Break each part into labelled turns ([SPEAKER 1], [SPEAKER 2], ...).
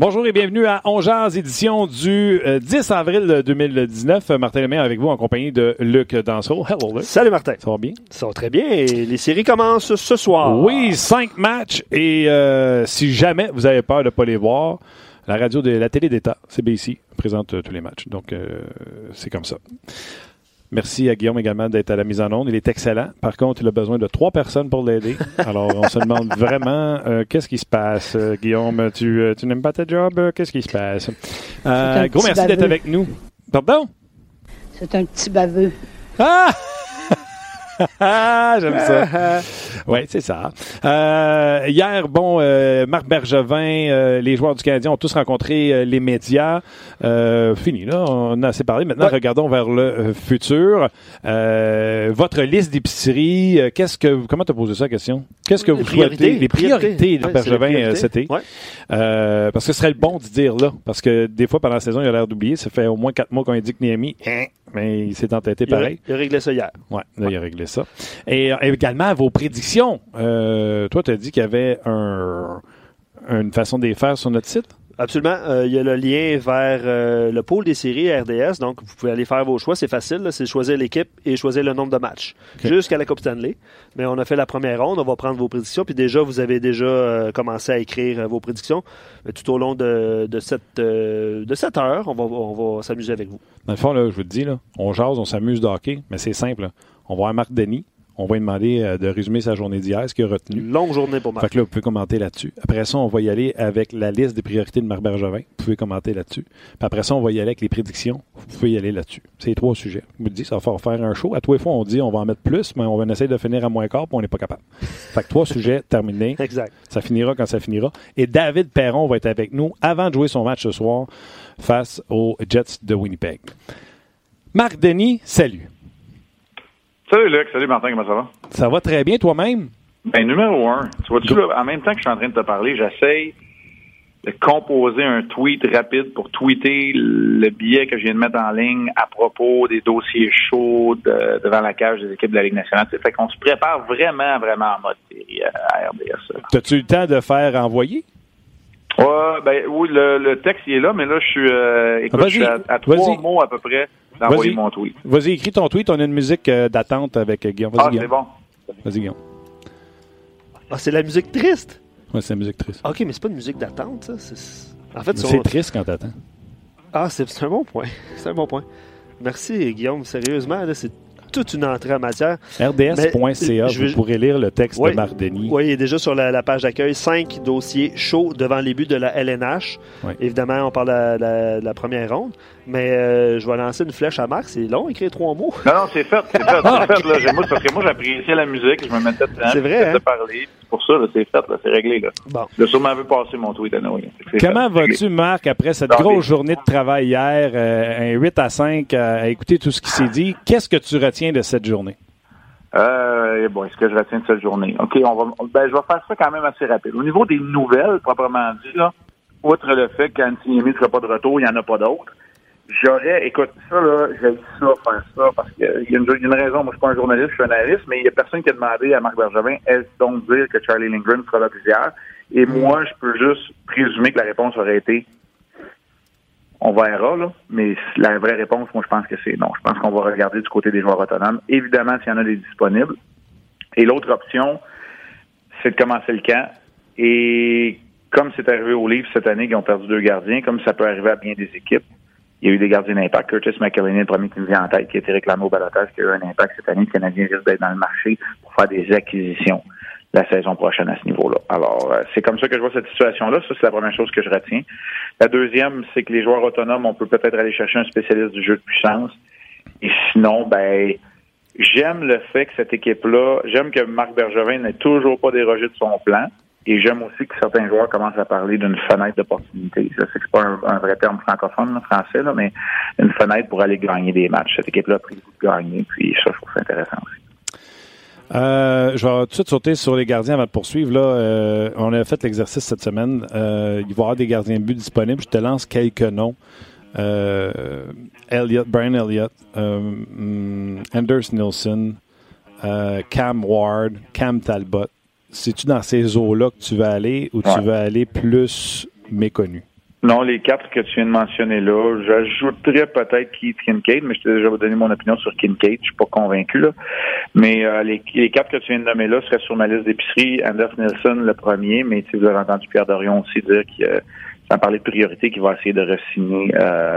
[SPEAKER 1] Bonjour et bienvenue à On Jase, édition du 10 avril 2019. Martin Lemay avec vous en compagnie de Luc Dansereau. Hello, Luc.
[SPEAKER 2] Salut, Martin.
[SPEAKER 1] Ça va bien?
[SPEAKER 2] Ça va très bien. Et les séries commencent ce soir.
[SPEAKER 1] Oui, 5 matchs. Et si jamais vous avez peur de ne pas les voir, la télé d'État, CBC, présente tous les matchs. Donc, c'est comme ça. Merci à Guillaume également d'être à la mise en onde. Il est excellent. Par contre, il a besoin de 3 personnes pour l'aider. Alors, on se demande vraiment qu'est-ce qui se passe. Guillaume, tu n'aimes pas ta job? Qu'est-ce qui se passe? Gros merci d'être avec nous. Pardon?
[SPEAKER 3] C'est un petit baveux.
[SPEAKER 1] Ah! J'aime ça. Oui, c'est ça. Hier, Marc Bergevin, les joueurs du Canadien ont tous rencontré les médias. Fini, là. On a assez parlé. Maintenant, regardons vers le futur. Votre liste d'épicerie, comment tu as posé ça, la question? Qu'est-ce que vous souhaitez? Les priorités de Bergevin cet été. Parce que ce serait le bon de dire là. Parce que des fois, pendant la saison, il a l'air d'oublier. Ça fait au moins 4 mois qu'on indique Niemi. Mais il s'est entêté pareil.
[SPEAKER 2] Il a réglé ça hier.
[SPEAKER 1] Oui, là, il a réglé ça. Et également, vos prédictions. Toi, tu as dit qu'il y avait une façon de les faire sur notre site?
[SPEAKER 2] Absolument. Il y a le lien vers le pôle des séries RDS. Donc, vous pouvez aller faire vos choix. C'est facile. Là. C'est choisir l'équipe et choisir le nombre de matchs. Okay. Jusqu'à la Coupe Stanley. Mais on a fait la première ronde. On va prendre vos prédictions. Puis déjà, vous avez commencé à écrire vos prédictions. Mais tout au long de cette heure, on va s'amuser avec vous.
[SPEAKER 1] Dans le fond, là, je vous le dis, là, on jase, on s'amuse de hockey. Mais c'est simple. Là. On va voir Marc Denis. On va lui demander de résumer sa journée d'hier, ce qu'il a retenu.
[SPEAKER 2] Longue journée pour Marc.
[SPEAKER 1] Fait que là, vous pouvez commenter là-dessus. Après ça, on va y aller avec la liste des priorités de Marc Bergevin. Vous pouvez commenter là-dessus. Puis après ça, on va y aller avec les prédictions. Vous pouvez y aller là-dessus. C'est les 3 sujets. Je vous dis, ça va faire un show. À tous les fois, on dit on va en mettre plus, mais on va essayer de finir à moins quart, puis on n'est pas capable. Fait que 3 sujets terminés.
[SPEAKER 2] Exact.
[SPEAKER 1] Ça finira quand ça finira. Et David Perron va être avec nous avant de jouer son match ce soir face aux Jets de Winnipeg. Marc Denis, salut.
[SPEAKER 4] Salut Luc, salut Martin, comment ça va?
[SPEAKER 1] Ça va très bien, toi-même?
[SPEAKER 4] Ben, numéro 1. Tu vois-tu, là, en même temps que je suis en train de te parler, j'essaye de composer un tweet rapide pour tweeter le billet que je viens de mettre en ligne à propos des dossiers chauds devant la cage des équipes de la Ligue nationale. Fait qu'on se prépare vraiment, vraiment en mode série à RDS.
[SPEAKER 1] T'as-tu eu le temps de faire envoyer?
[SPEAKER 4] Oui, le texte il est là, mais là, je suis à 3 mots à peu près d'envoyer mon tweet.
[SPEAKER 1] Vas-y, écris ton tweet. On a une musique d'attente avec Guillaume. Vas-y, Guillaume.
[SPEAKER 4] C'est bon.
[SPEAKER 1] Vas-y, Guillaume.
[SPEAKER 2] Ah, c'est la musique triste?
[SPEAKER 1] Oui, c'est la musique triste.
[SPEAKER 2] OK, mais c'est pas une musique d'attente, ça. En fait,
[SPEAKER 1] c'est triste quand t'attends.
[SPEAKER 2] Ah, c'est un bon point. C'est un bon point. Merci, Guillaume. Sérieusement, là, c'est toute une entrée en matière.
[SPEAKER 1] RDS.ca, vous pourrez lire le texte de Marc Denis.
[SPEAKER 2] Oui, il est déjà sur la page d'accueil. 5 dossiers chauds devant les buts de la LNH. Oui. Évidemment, on parle de la première ronde. Mais je vais lancer une flèche à Marc. C'est long, écrire 3 mots.
[SPEAKER 4] Non, c'est fait. C'est fait. Là. Parce que moi, j'appréciais la musique. Je me mettais dedans.
[SPEAKER 2] C'est vrai,
[SPEAKER 4] de parler. C'est pour ça, là, c'est fait. Là, c'est réglé. Là.
[SPEAKER 2] Bon.
[SPEAKER 4] Je l'ai sûrement vu passer mon tweet à Noé.
[SPEAKER 1] Comment vas-tu, Marc, après cette grosse journée de travail hier, un 8 à 5, à écouter tout ce qui s'est dit? Qu'est-ce que tu retiens de cette journée?
[SPEAKER 4] Est-ce que je retiens de cette journée? OK, je vais faire ça quand même assez rapide. Au niveau des nouvelles, proprement dit, là, outre le fait qu'Antiniemi ne sera pas de retour, il n'y en a pas d'autres. Écoute, ça, là, j'ai faire ça, parce qu'il y a une raison. Moi, je suis pas un journaliste, je suis un analyste, mais il y a personne qui a demandé à Marc Bergevin, est-ce donc dire que Charlie Lindgren sera là plusieurs? Et moi, je peux juste présumer que la réponse aurait été, on verra, là, mais la vraie réponse, moi, je pense que c'est non. Je pense qu'on va regarder du côté des joueurs autonomes. Évidemment, s'il y en a des disponibles. Et l'autre option, c'est de commencer le camp. Et comme c'est arrivé aux Leafs cette année, qui ont perdu 2 gardiens, comme ça peut arriver à bien des équipes, il y a eu des gardiens d'impact. Curtis McElhinney, le premier qui me vient en tête, qui a été réclamé au balotage, qui a eu un impact cette année. Le Canadien risque d'être dans le marché pour faire des acquisitions la saison prochaine à ce niveau-là. Alors, c'est comme ça que je vois cette situation-là. Ça, c'est la première chose que je retiens. La deuxième, c'est que les joueurs autonomes, on peut peut-être aller chercher un spécialiste du jeu de puissance. Et sinon, j'aime le fait que cette équipe-là, j'aime que Marc Bergevin n'ait toujours pas dérogé de son plan. Et j'aime aussi que certains joueurs commencent à parler d'une fenêtre d'opportunité. Je sais que c'est pas un vrai terme francophone, français, là, mais une fenêtre pour aller gagner des matchs. Cette équipe-là a pris le goût de gagner, puis ça, je trouve ça intéressant aussi.
[SPEAKER 1] Je vais tout de suite sauter sur les gardiens avant de poursuivre. Là, on a fait l'exercice cette semaine. Il va y avoir des gardiens de but disponibles. Je te lance quelques noms. Brian Elliott, Anders Nilsson, Cam Ward, Cam Talbot. C'est-tu dans ces eaux-là que tu vas aller ou tu vas aller plus méconnu?
[SPEAKER 4] Non, les 4 que tu viens de mentionner là, j'ajouterais peut-être Keith Kincaid, mais je t'ai déjà donné mon opinion sur Kincaid, je suis pas convaincu là. Mais les 4 que tu viens de nommer là seraient sur ma liste d'épicerie. Anders Nilsson le premier, mais vous avez entendu Pierre Dorion aussi dire sans parler de priorité, qu'il va essayer de re-signer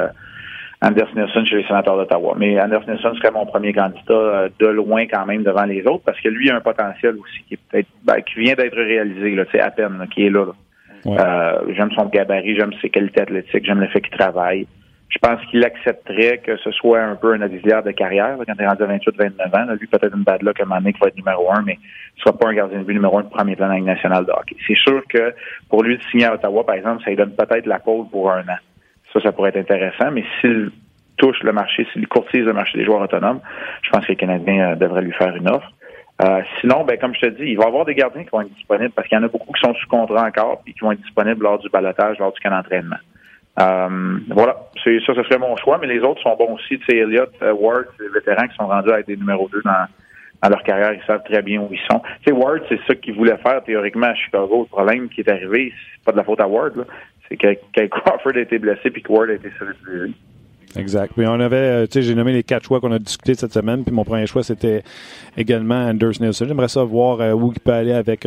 [SPEAKER 4] Anders Nilsson chez les Sénateurs d'Ottawa. Mais Anders Nilsson serait mon premier candidat de loin quand même devant les autres, parce que lui a un potentiel aussi qui est peut-être qui vient d'être réalisé là, à peine, là, qui est là. Ouais. J'aime son gabarit, j'aime ses qualités athlétiques, j'aime le fait qu'il travaille. Je pense qu'il accepterait que ce soit un peu un auxiliaire de carrière là, quand il est rendu à 28-29 ans. Là, lui, peut-être une bad luck à un moment donné qui va être numéro 1, mais il ne sera pas un gardien de but numéro 1 de premier plan dans la Ligue nationale de hockey. C'est sûr que pour lui de signer à Ottawa, par exemple, ça lui donne peut-être la pole pour 1 an. Ça pourrait être intéressant, mais s'il touche le marché, s'il courtise le marché des joueurs autonomes, je pense que les Canadiens devraient lui faire une offre. Sinon, comme je te dis, il va y avoir des gardiens qui vont être disponibles parce qu'il y en a beaucoup qui sont sous contrat encore et qui vont être disponibles lors du ballottage, lors du camp d'entraînement. Voilà, ce serait mon choix, mais les autres sont bons aussi. Tu sais, Elliott, Ward, c'est des vétérans qui sont rendus à être des numéros 2 dans leur carrière, ils savent très bien où ils sont. Tu sais, Ward, c'est ça qu'il voulait faire théoriquement à Chicago. Le problème qui est arrivé, c'est pas de la faute à Ward, là. C'est que Crawford a été blessé puis que Ward a été sélectionné.
[SPEAKER 1] Exact. Puis on avait, j'ai nommé les 4 choix qu'on a discutés cette semaine, puis mon premier choix, c'était également Anders Nilsson. J'aimerais ça voir où il peut aller avec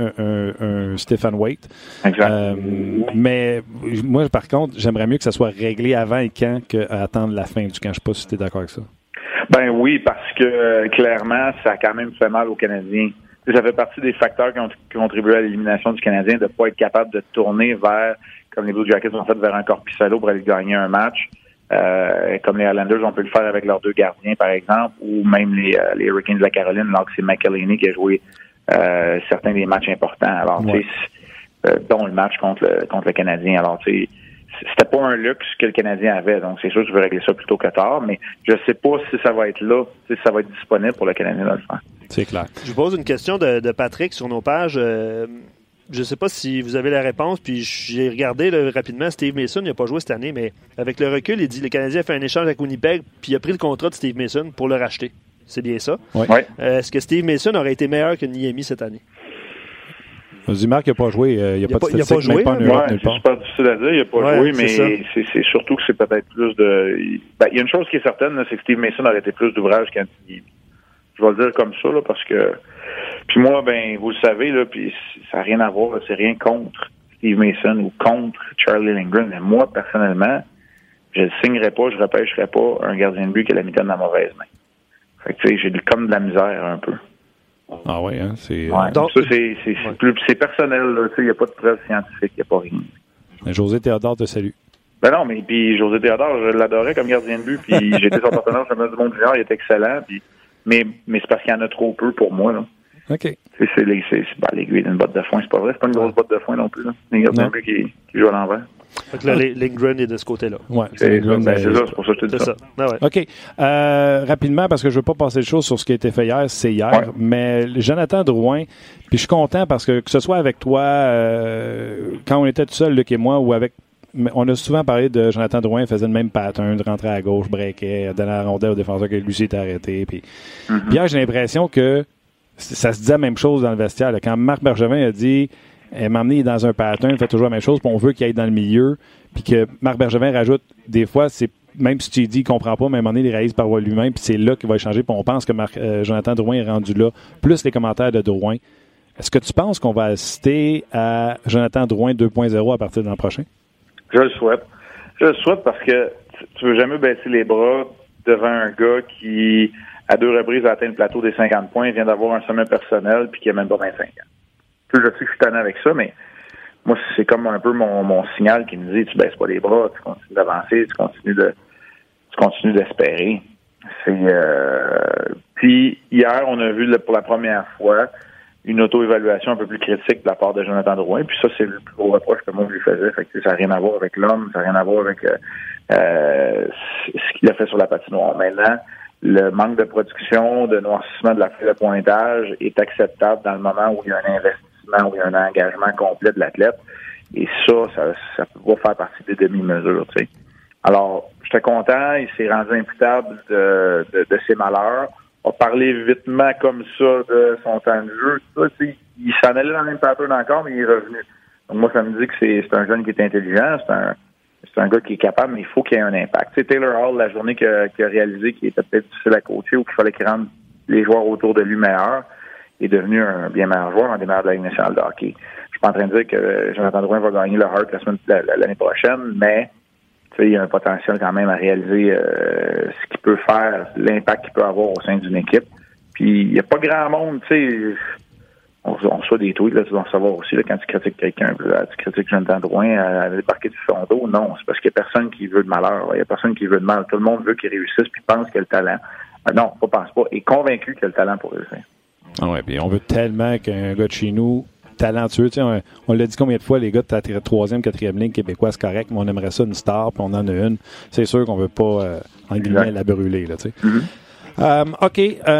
[SPEAKER 1] un Stephen Waite.
[SPEAKER 4] Exact.
[SPEAKER 1] Mais moi, par contre, j'aimerais mieux que ça soit réglé avant et quand qu'attendre la fin du camp. Je ne sais pas si tu es d'accord avec ça.
[SPEAKER 4] Ben oui, parce que clairement, ça a quand même fait mal aux Canadiens. Ça fait partie des facteurs qui ont contribué à l'élimination du Canadien de ne pas être capable de tourner vers, comme les Blue Jackets ont fait, vers un Korpisalo pour aller gagner un match. Comme les Islanders, on peut le faire avec leurs 2 gardiens, par exemple, ou même les Hurricanes de la Caroline, alors que c'est McElhinney qui a joué certains des matchs importants. Alors, ouais. Dont le match contre le Canadien. Alors, c'était pas un luxe que le Canadien avait, donc c'est sûr que je veux régler ça plus tôt que tard, mais je sais pas si ça va être là, si ça va être disponible pour le Canadien de le faire.
[SPEAKER 1] C'est clair.
[SPEAKER 2] Je vous pose une question de Patrick sur nos pages. Je ne sais pas si vous avez la réponse, puis j'ai regardé là, rapidement. Steve Mason, il n'a pas joué cette année, mais avec le recul, il dit que le Canadien a fait un échange avec Winnipeg, puis il a pris le contrat de Steve Mason pour le racheter. C'est bien ça?
[SPEAKER 1] Oui.
[SPEAKER 2] Est-ce que Steve Mason aurait été meilleur que Niemi cette année?
[SPEAKER 1] Vas-y, Marc, il n'a pas joué. Il n'a pas de statistique,
[SPEAKER 2] joué,
[SPEAKER 1] même pas en Europe, nulle part.
[SPEAKER 4] C'est pas difficile à dire, il n'a pas joué, mais c'est surtout que c'est peut-être plus de... il y a une chose qui est certaine, là, c'est que Steve Mason aurait été plus d'ouvrage qu'Anthony. Je vais le dire comme ça, là, parce que... Puis moi, vous le savez, là, puis ça n'a rien à voir, là, c'est rien contre Steve Mason ou contre Charlie Lindgren, mais moi, personnellement, je ne signerais pas, je ne repêcherais pas un gardien de but qui a la mitaine dans la mauvaise main. Fait que, tu sais, j'ai comme de la misère, un peu.
[SPEAKER 1] Ah oui, hein, c'est...
[SPEAKER 4] Ouais, donc, ça, c'est personnel, là, tu sais, il n'y a pas de preuve scientifique, il n'y a pas rien.
[SPEAKER 1] Mais José Théodore te salue.
[SPEAKER 4] Ben non, mais puis José Théodore, je l'adorais comme gardien de but, puis j'étais son partenaire au championnat du monde junior, il était excellent, puis... mais c'est parce qu'il y en a trop peu pour moi, là.
[SPEAKER 1] OK.
[SPEAKER 4] C'est l'aiguille d'une botte de foin, c'est pas vrai, c'est pas une grosse botte de foin non plus, là. Les gardiens de but qui jouent à l'envers.
[SPEAKER 2] Fait que là, Lindgren est de ce côté-là.
[SPEAKER 1] Oui,
[SPEAKER 4] c'est ça, c'est pour ça que je te dis ça.
[SPEAKER 2] Ah ouais.
[SPEAKER 1] OK. Rapidement, parce que je ne veux pas passer le show sur ce qui a été fait hier, c'est hier,
[SPEAKER 4] ouais.
[SPEAKER 1] Mais Jonathan Drouin, puis je suis content parce que ce soit avec toi, quand on était tout seul, Luc et moi, ou avec... On a souvent parlé de Jonathan Drouin, il faisait le même pattern, de rentrer à gauche, breakait, donnait la rondelle au défenseur que lui s'était arrêté. Puis hier, j'ai l'impression que ça se disait la même chose dans le vestiaire. Là. Quand Marc Bergevin a dit m'a amené dans un pattern, il fait toujours la même chose, puis on veut qu'il aille dans le milieu, puis que Marc Bergevin rajoute, des fois, c'est même si tu dis qu'il ne comprend pas, mais à un moment donné, il réalise par lui-même, puis c'est là qu'il va échanger, puis on pense que Jonathan Drouin est rendu là, plus les commentaires de Drouin. Est-ce que tu penses qu'on va assister à Jonathan Drouin 2.0 à partir de l'an prochain?
[SPEAKER 4] Je le souhaite. Je le souhaite parce que tu veux jamais baisser les bras devant un gars qui, à 2 reprises, a atteint le plateau des 50 points, vient d'avoir un sommet personnel, puis qui a même pas 25 ans. Je sais que je suis tanné avec ça, mais moi, c'est comme un peu mon signal qui me dit, tu baisses pas les bras, tu continues d'avancer, tu continues d'espérer. Puis, hier, on a vu pour la première fois une auto-évaluation un peu plus critique de la part de Jonathan Drouin. Puis ça, c'est le plus gros reproche que moi je lui faisais. Fait que ça n'a rien à voir avec l'homme, ça n'a rien à voir avec ce qu'il a fait sur la patinoire. Maintenant, le manque de production, de noircissement de la feuille de pointage est acceptable dans le moment où il y a un investissement, où il y a un engagement complet de l'athlète. Et ça peut pas faire partie des demi-mesures, tu sais. Alors, j'étais content, il s'est rendu imputable de ses malheurs. On parlait vitement comme ça de son temps de jeu. Tout ça, il s'en allait dans le même pattern encore, mais il est revenu. Donc moi, ça me dit que c'est un jeune qui est intelligent, c'est un gars qui est capable, mais il faut qu'il ait un impact. Tu sais, Taylor Hall, la journée qu'il a réalisé qu'il était peut-être difficile à coacher ou qu'il fallait qu'il rende les joueurs autour de lui meilleurs, est devenu un bien meilleur joueur, un des meilleurs de la Ligue nationale de hockey. Je suis pas en train de dire que Jonathan Drouin va gagner le Hart l'année prochaine, mais il y a un potentiel quand même à réaliser ce qu'il peut faire, l'impact qu'il peut avoir au sein d'une équipe. Puis il n'y a pas grand monde, tu sais. On reçoit des tweets, là, tu dois en savoir aussi, là, quand tu critiques quelqu'un, tu critiques Jonathan Drouin à débarquer du fond d'eau. Non, c'est parce qu'il n'y a personne qui veut de malheur. Il n'y a personne qui veut de mal. Tout le monde veut qu'il réussisse puis pense qu'il a le talent. Non, pas pense pas. Il est convaincu qu'il a le talent pour réussir.
[SPEAKER 1] Ah ouais, puis on veut tellement qu'un gars de chez nous, talentueux, tu sais, on l'a dit combien de fois, les gars de la 3e, 4e ligne québécois, c'est correct, mais on aimerait ça une star, puis on en a une. C'est sûr qu'on veut pas, en guillemets, la brûler, là, tu sais.
[SPEAKER 4] Mm-hmm.
[SPEAKER 1] OK.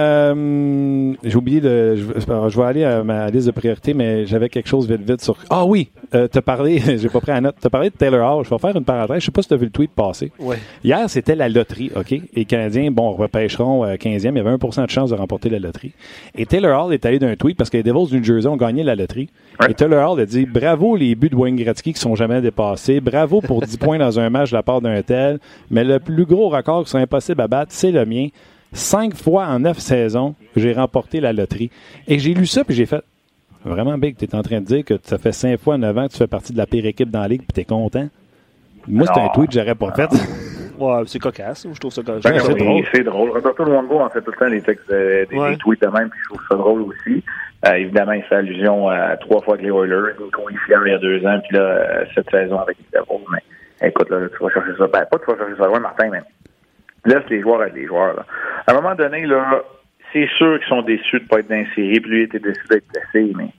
[SPEAKER 1] J'ai oublié je vais aller à ma liste de priorités, mais j'avais quelque chose vite sur... Ah oui! T'as parlé, j'ai pas pris la note, t'as parlé de Taylor Hall. Je vais faire une parenthèse. Je sais pas si t'as vu le tweet passer.
[SPEAKER 2] Ouais.
[SPEAKER 1] Hier, c'était la loterie, OK? Et les Canadiens, repêcheront 15e. Il y avait 1% de chance de remporter la loterie. Et Taylor Hall est allé d'un tweet parce que les Devils du New Jersey ont gagné la loterie. Ouais. Et Taylor Hall a dit « Bravo les buts de Wayne Gretzky qui sont jamais dépassés. Bravo pour 10 points dans un match de la part d'un tel. Mais le plus gros record qui serait impossible à battre, c'est le mien. 5 fois en 9 saisons, j'ai remporté la loterie. » Et j'ai lu ça, puis j'ai fait vraiment big. Tu es en train de dire que ça fait 5 fois en 9 ans que tu fais partie de la pire équipe dans la Ligue, puis tu es content. Moi, c'est un tweet que j'aurais pas fait.
[SPEAKER 2] Ouais, c'est cocasse. Je trouve ça cocasse.
[SPEAKER 4] C'est drôle. C'est drôle. Roberto Luongo en fait tout le temps les textes, des tweets de même, puis je trouve ça drôle aussi. Évidemment, il fait allusion à 3 fois avec les Oilers, Nico Hischier il y a 2 ans, puis là, cette saison avec les Devils. Mais écoute, là, tu vas chercher ça. Ben, pas tu vas chercher ça loin, Martin, mais laisse les joueurs être les joueurs. Là. À un moment donné, là, c'est sûr qu'ils sont déçus de ne pas être dans la série, puis lui était déçu d'être blessé, mais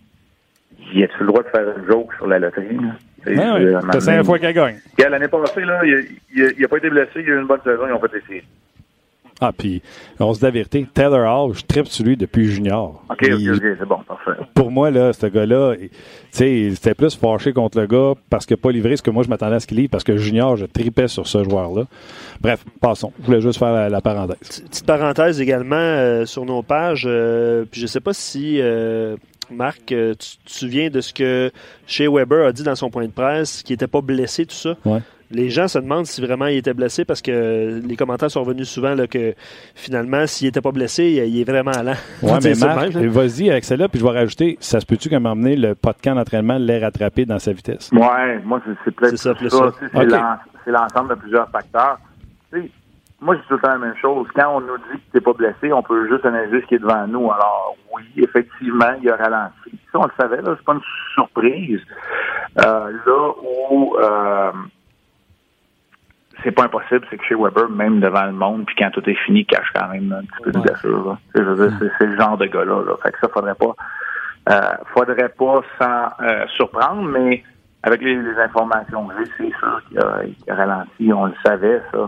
[SPEAKER 4] y a-tu le droit de faire une joke sur la loterie?
[SPEAKER 1] Non, oui. C'est 5 fois qu'elle gagne.
[SPEAKER 4] L'année passée, là, il a pas été blessé, il a eu une bonne saison, ils ont fait des séries.
[SPEAKER 1] Ah, puis, on se dit la vérité, Taylor Hall, je tripe sur lui depuis junior.
[SPEAKER 4] OK, c'est bon, parfait.
[SPEAKER 1] Pour moi, là, ce gars-là, tu sais, c'était plus fâché contre le gars parce qu'il n'a pas livré ce que moi, je m'attendais à ce qu'il livre, parce que junior, je tripais sur ce joueur-là. Bref, passons. Je voulais juste faire la parenthèse.
[SPEAKER 2] Petite parenthèse également sur nos pages, puis je sais pas si... Marc, tu te souviens de ce que Shea Weber a dit dans son point de presse, qu'il n'était pas blessé, tout ça?
[SPEAKER 1] Ouais.
[SPEAKER 2] Les gens se demandent si vraiment il était blessé parce que les commentaires sont revenus souvent là, que finalement, s'il n'était pas blessé, il est vraiment lent.
[SPEAKER 1] Oui, mais Marc, vas-y avec celle-là, puis je vais rajouter, ça se peut-tu qu'à m'emmener le pas de camp d'entraînement l'ait rattrapé dans sa vitesse?
[SPEAKER 4] Oui, moi, c'est peut-être ça. C'est l'ensemble de plusieurs facteurs. Tu sais, moi, je dis tout le temps la même chose. Quand on nous dit que t'es pas blessé, on peut juste analyser ce qui est devant nous. Alors, oui, effectivement, il a ralenti. Ça, on le savait, là, c'est pas une surprise. Là où c'est pas impossible, c'est que chez Weber, même devant le monde, puis quand tout est fini, il cache quand même un petit peu de blessure. C'est le genre de gars-là. Là. Fait que ça, faudrait pas s'en surprendre, mais avec les informations que j'ai, c'est sûr qu'il a ralenti. On le savait, ça.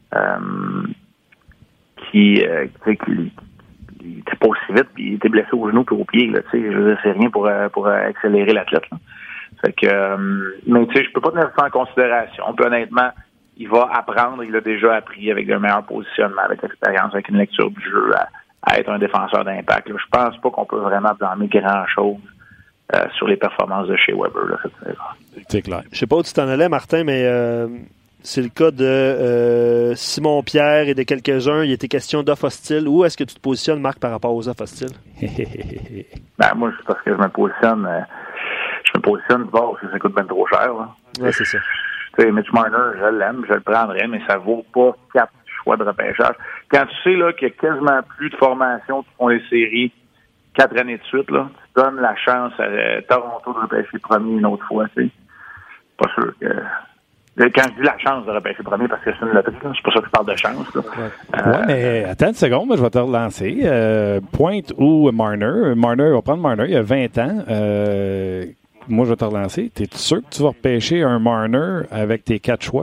[SPEAKER 4] Qui était pas aussi vite, puis il était blessé au genou puis au pied, là, tu sais, je veux dire, c'est rien pour accélérer l'athlète, là. Fait que, mais tu sais, je peux pas tenir ça en considération. Puis honnêtement, il va apprendre, il a déjà appris avec un meilleur positionnement, avec l'expérience, avec une lecture du jeu, à être un défenseur d'impact. Là. Je pense pas qu'on peut vraiment blâmer grand-chose sur les performances de Shea Weber, là, cette saison.
[SPEAKER 1] C'est clair.
[SPEAKER 2] Je sais pas où tu t'en allais, Martin, mais c'est le cas de Simon Pierre et de quelques-uns. Il était question d'offres hostiles. Où est-ce que tu te positionnes, Marc, par rapport aux offres hostiles?
[SPEAKER 4] Ben, moi, c'est parce que je me positionne du bord parce que ça coûte bien trop cher.
[SPEAKER 2] Oui, c'est ça.
[SPEAKER 4] Tu sais, Mitch Marner, je l'aime, je le prendrais, mais ça vaut pas 4 choix de repêchage. Quand tu sais là qu'il y a quasiment plus de formations qui font les séries 4 années de suite, là, tu donnes la chance à Toronto de repêcher premier une autre fois, tu sais. Pas sûr que... Quand je dis la chance de repêcher premier, parce que c'est une loterie, c'est pour ça que je parle de chance.
[SPEAKER 1] Oui, mais attends une seconde, moi, je vais te relancer. Pointe ou Marner. Marner, on va prendre Marner, il y a 20 ans. Moi, je vais te relancer. T'es sûr que tu vas repêcher un Marner avec tes 4 choix?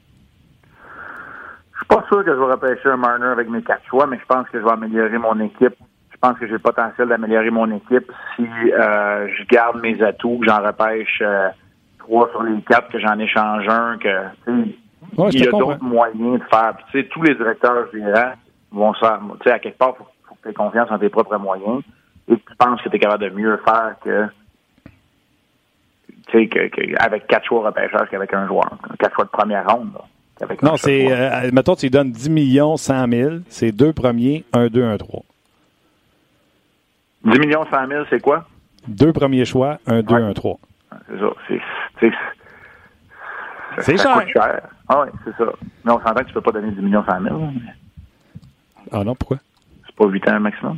[SPEAKER 4] Je suis pas sûr que je vais repêcher un Marner avec mes 4 choix, mais je pense que je vais améliorer mon équipe. Je pense que j'ai le potentiel d'améliorer mon équipe si je garde mes atouts, que j'en repêche 3 sur les 4, que j'en échange un, que il y a d'autres moyens de faire. Puis, tu sais, tous les directeurs gérants vont se faire. Tu sais, à quelque part, faut que tu aies confiance en tes propres moyens et que tu penses que tu es capable de mieux faire que tu sais, avec 4 choix repêcheurs qu'avec un joueur. 4 choix de première ronde, là.
[SPEAKER 1] Non, c'est, mettons, tu lui donnes 10 millions 100 000, c'est 2 premiers, 1, 2, 1, 3.
[SPEAKER 4] 10 millions 100 000, c'est quoi?
[SPEAKER 1] 2 premiers choix, 1, 2, 1, 3.
[SPEAKER 4] C'est ça.
[SPEAKER 1] C'est
[SPEAKER 4] ça
[SPEAKER 1] cher.
[SPEAKER 4] coûte cher. Ah oui, c'est ça. Mais on s'entend que tu peux pas donner 10 millions 100 000.
[SPEAKER 1] Ah non, pourquoi?
[SPEAKER 4] C'est pas 8 ans maximum.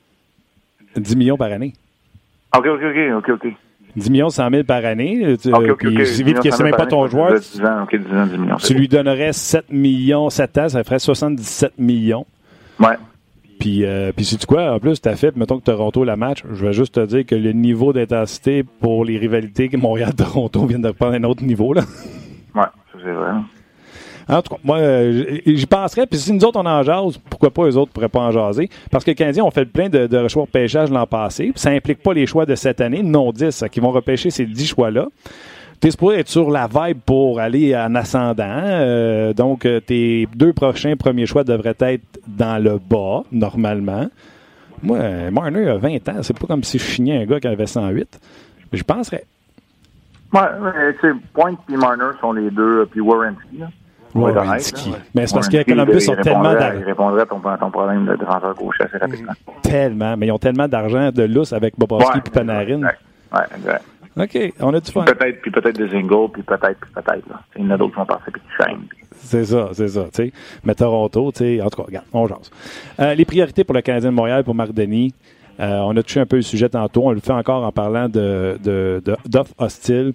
[SPEAKER 1] 10 millions par année.
[SPEAKER 4] OK.
[SPEAKER 1] 10 millions 100 000 par année.
[SPEAKER 4] OK.
[SPEAKER 1] C'est vite que c'est même pas ton joueur.
[SPEAKER 4] 10 ans, 10 millions.
[SPEAKER 1] Tu lui donnerais 7 millions, 7 ans, ça ferait 77 millions.
[SPEAKER 4] Ouais.
[SPEAKER 1] Puis sais-tu quoi? En plus, t'as fait, mettons que Toronto la match, je vais juste te dire que le niveau d'intensité pour les rivalités que Montréal-Toronto vient de prendre un autre niveau, là.
[SPEAKER 4] Ouais, ça c'est vrai.
[SPEAKER 1] En tout cas, moi, j'y penserais. Puis si nous autres, on en jase, pourquoi pas eux autres pourraient pas en jaser? Parce que les Canadiens ont fait plein de choix de pêchage l'an passé. Puis ça implique pas les choix de cette année, non 10, qui vont repêcher ces 10 choix-là. Tu es supposé être sur la vibe pour aller en ascendant. Donc, tes 2 prochains premiers choix devraient être dans le bas, normalement. Moi, Marner a 20 ans. C'est pas comme si je chignais un gars qui avait 108. Je penserais.
[SPEAKER 4] Ouais, tu sais, Point et Marner sont les deux, puis Werenski, là.
[SPEAKER 1] Werenski. Mais c'est parce que Columbus ont tellement d'argent.
[SPEAKER 4] Il répondrait à ton problème de défenseur gauche assez rapidement.
[SPEAKER 1] Tellement. Mais ils ont tellement d'argent de lousse avec Bobrovski et Panarin.
[SPEAKER 4] Ouais, exact.
[SPEAKER 1] OK, on a du fun.
[SPEAKER 4] Peut-être des Zingo, puis peut-être, là. Il y en a d'autres qui vont passer, puis qui chaînent.
[SPEAKER 1] C'est ça, tu sais. Mais Toronto, tu sais, en tout cas, regarde, on jase. Les priorités pour le Canadien de Montréal, pour Marc Denis, on a touché un peu le sujet tantôt, on le fait encore en parlant d'offres hostiles.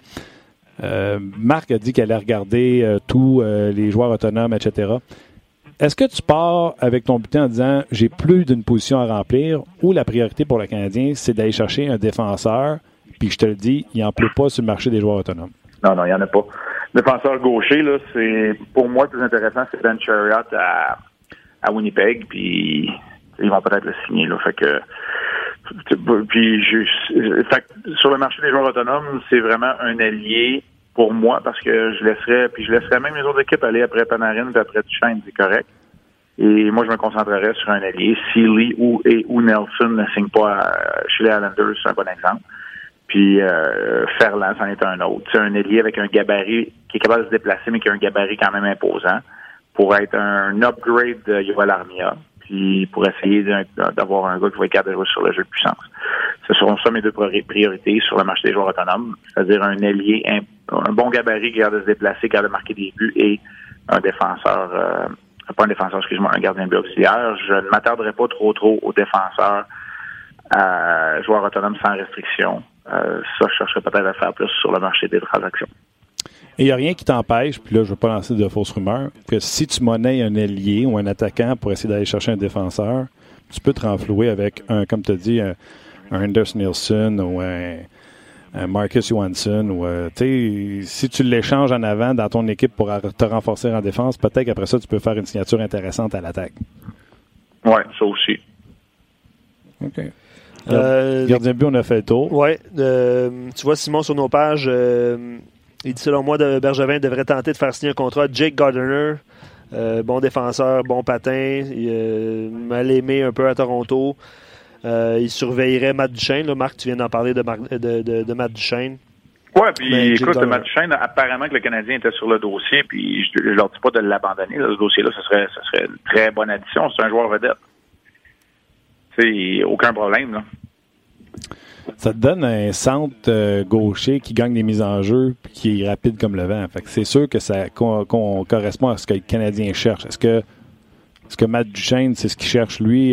[SPEAKER 1] Marc a dit qu'elle allait regarder tous les joueurs autonomes, etc. Est-ce que tu pars avec ton bulletin en disant « j'ai plus d'une position à remplir » ou la priorité pour le Canadien, c'est d'aller chercher un défenseur, puis je te le dis, il n'en pleut pas sur le marché des joueurs autonomes?
[SPEAKER 4] Non, il n'y en a pas. Défenseur gaucher, là, c'est pour moi le plus intéressant, c'est Ben Chariot à Winnipeg, puis ils vont peut-être le signer, là. Fait que sur le marché des joueurs autonomes, c'est vraiment un allié pour moi, parce que je laisserais même les autres équipes aller après Panarin et après Duchesne, c'est correct. Et moi, je me concentrerais sur un allié. Si Lee ou Nelson ne signent pas chez les Islanders, c'est un bon exemple. Puis Ferland, c'en est un autre. C'est un ailier avec un gabarit qui est capable de se déplacer, mais qui a un gabarit quand même imposant, pour être un upgrade de Yoel Armia, puis pour essayer d'avoir un gars qui va être capable de jouer sur le jeu de puissance. Ce seront ça mes 2 priorités sur le marché des joueurs autonomes, c'est-à-dire un ailier, un bon gabarit qui a de se déplacer, qui a de marquer des buts, et un défenseur, un gardien de but auxiliaire. Je ne m'attarderai pas trop aux défenseurs, joueurs autonomes sans restriction. Ça, je chercherais peut-être à faire plus sur le marché des transactions.
[SPEAKER 1] Et il n'y a rien qui t'empêche, puis là, je ne veux pas lancer de fausses rumeurs, que si tu monnaies un ailier ou un attaquant pour essayer d'aller chercher un défenseur, tu peux te renflouer avec, comme tu as dit, un Anders Nilsson ou un Marcus Johansson. Ou, si tu l'échanges en avant dans ton équipe pour te renforcer en défense, peut-être qu'après ça, tu peux faire une signature intéressante à l'attaque.
[SPEAKER 4] Oui, ça aussi.
[SPEAKER 1] OK. Gardien de but, on a fait le tour.
[SPEAKER 2] Oui. Tu vois, Simon, sur nos pages, il dit, selon moi, Bergevin devrait tenter de faire signer un contrat à Jake Gardiner. Bon défenseur, bon patin, mal aimé un peu à Toronto. Il surveillerait Matt Duchesne. Là, Marc, tu viens d'en parler de Matt Duchesne.
[SPEAKER 4] Oui, puis écoute, Matt Duchesne, apparemment que le Canadien était sur le dossier, puis je leur dis pas de l'abandonner. Là, ce dossier-là, ce serait une très bonne addition. C'est un joueur vedette. C'est aucun problème, là.
[SPEAKER 1] Ça te donne un centre gaucher qui gagne des mises en jeu et qui est rapide comme le vent. Fait que c'est sûr que ça correspond à ce que le Canadien cherche. Est-ce que Matt Duchesne, c'est ce qu'il cherche, lui,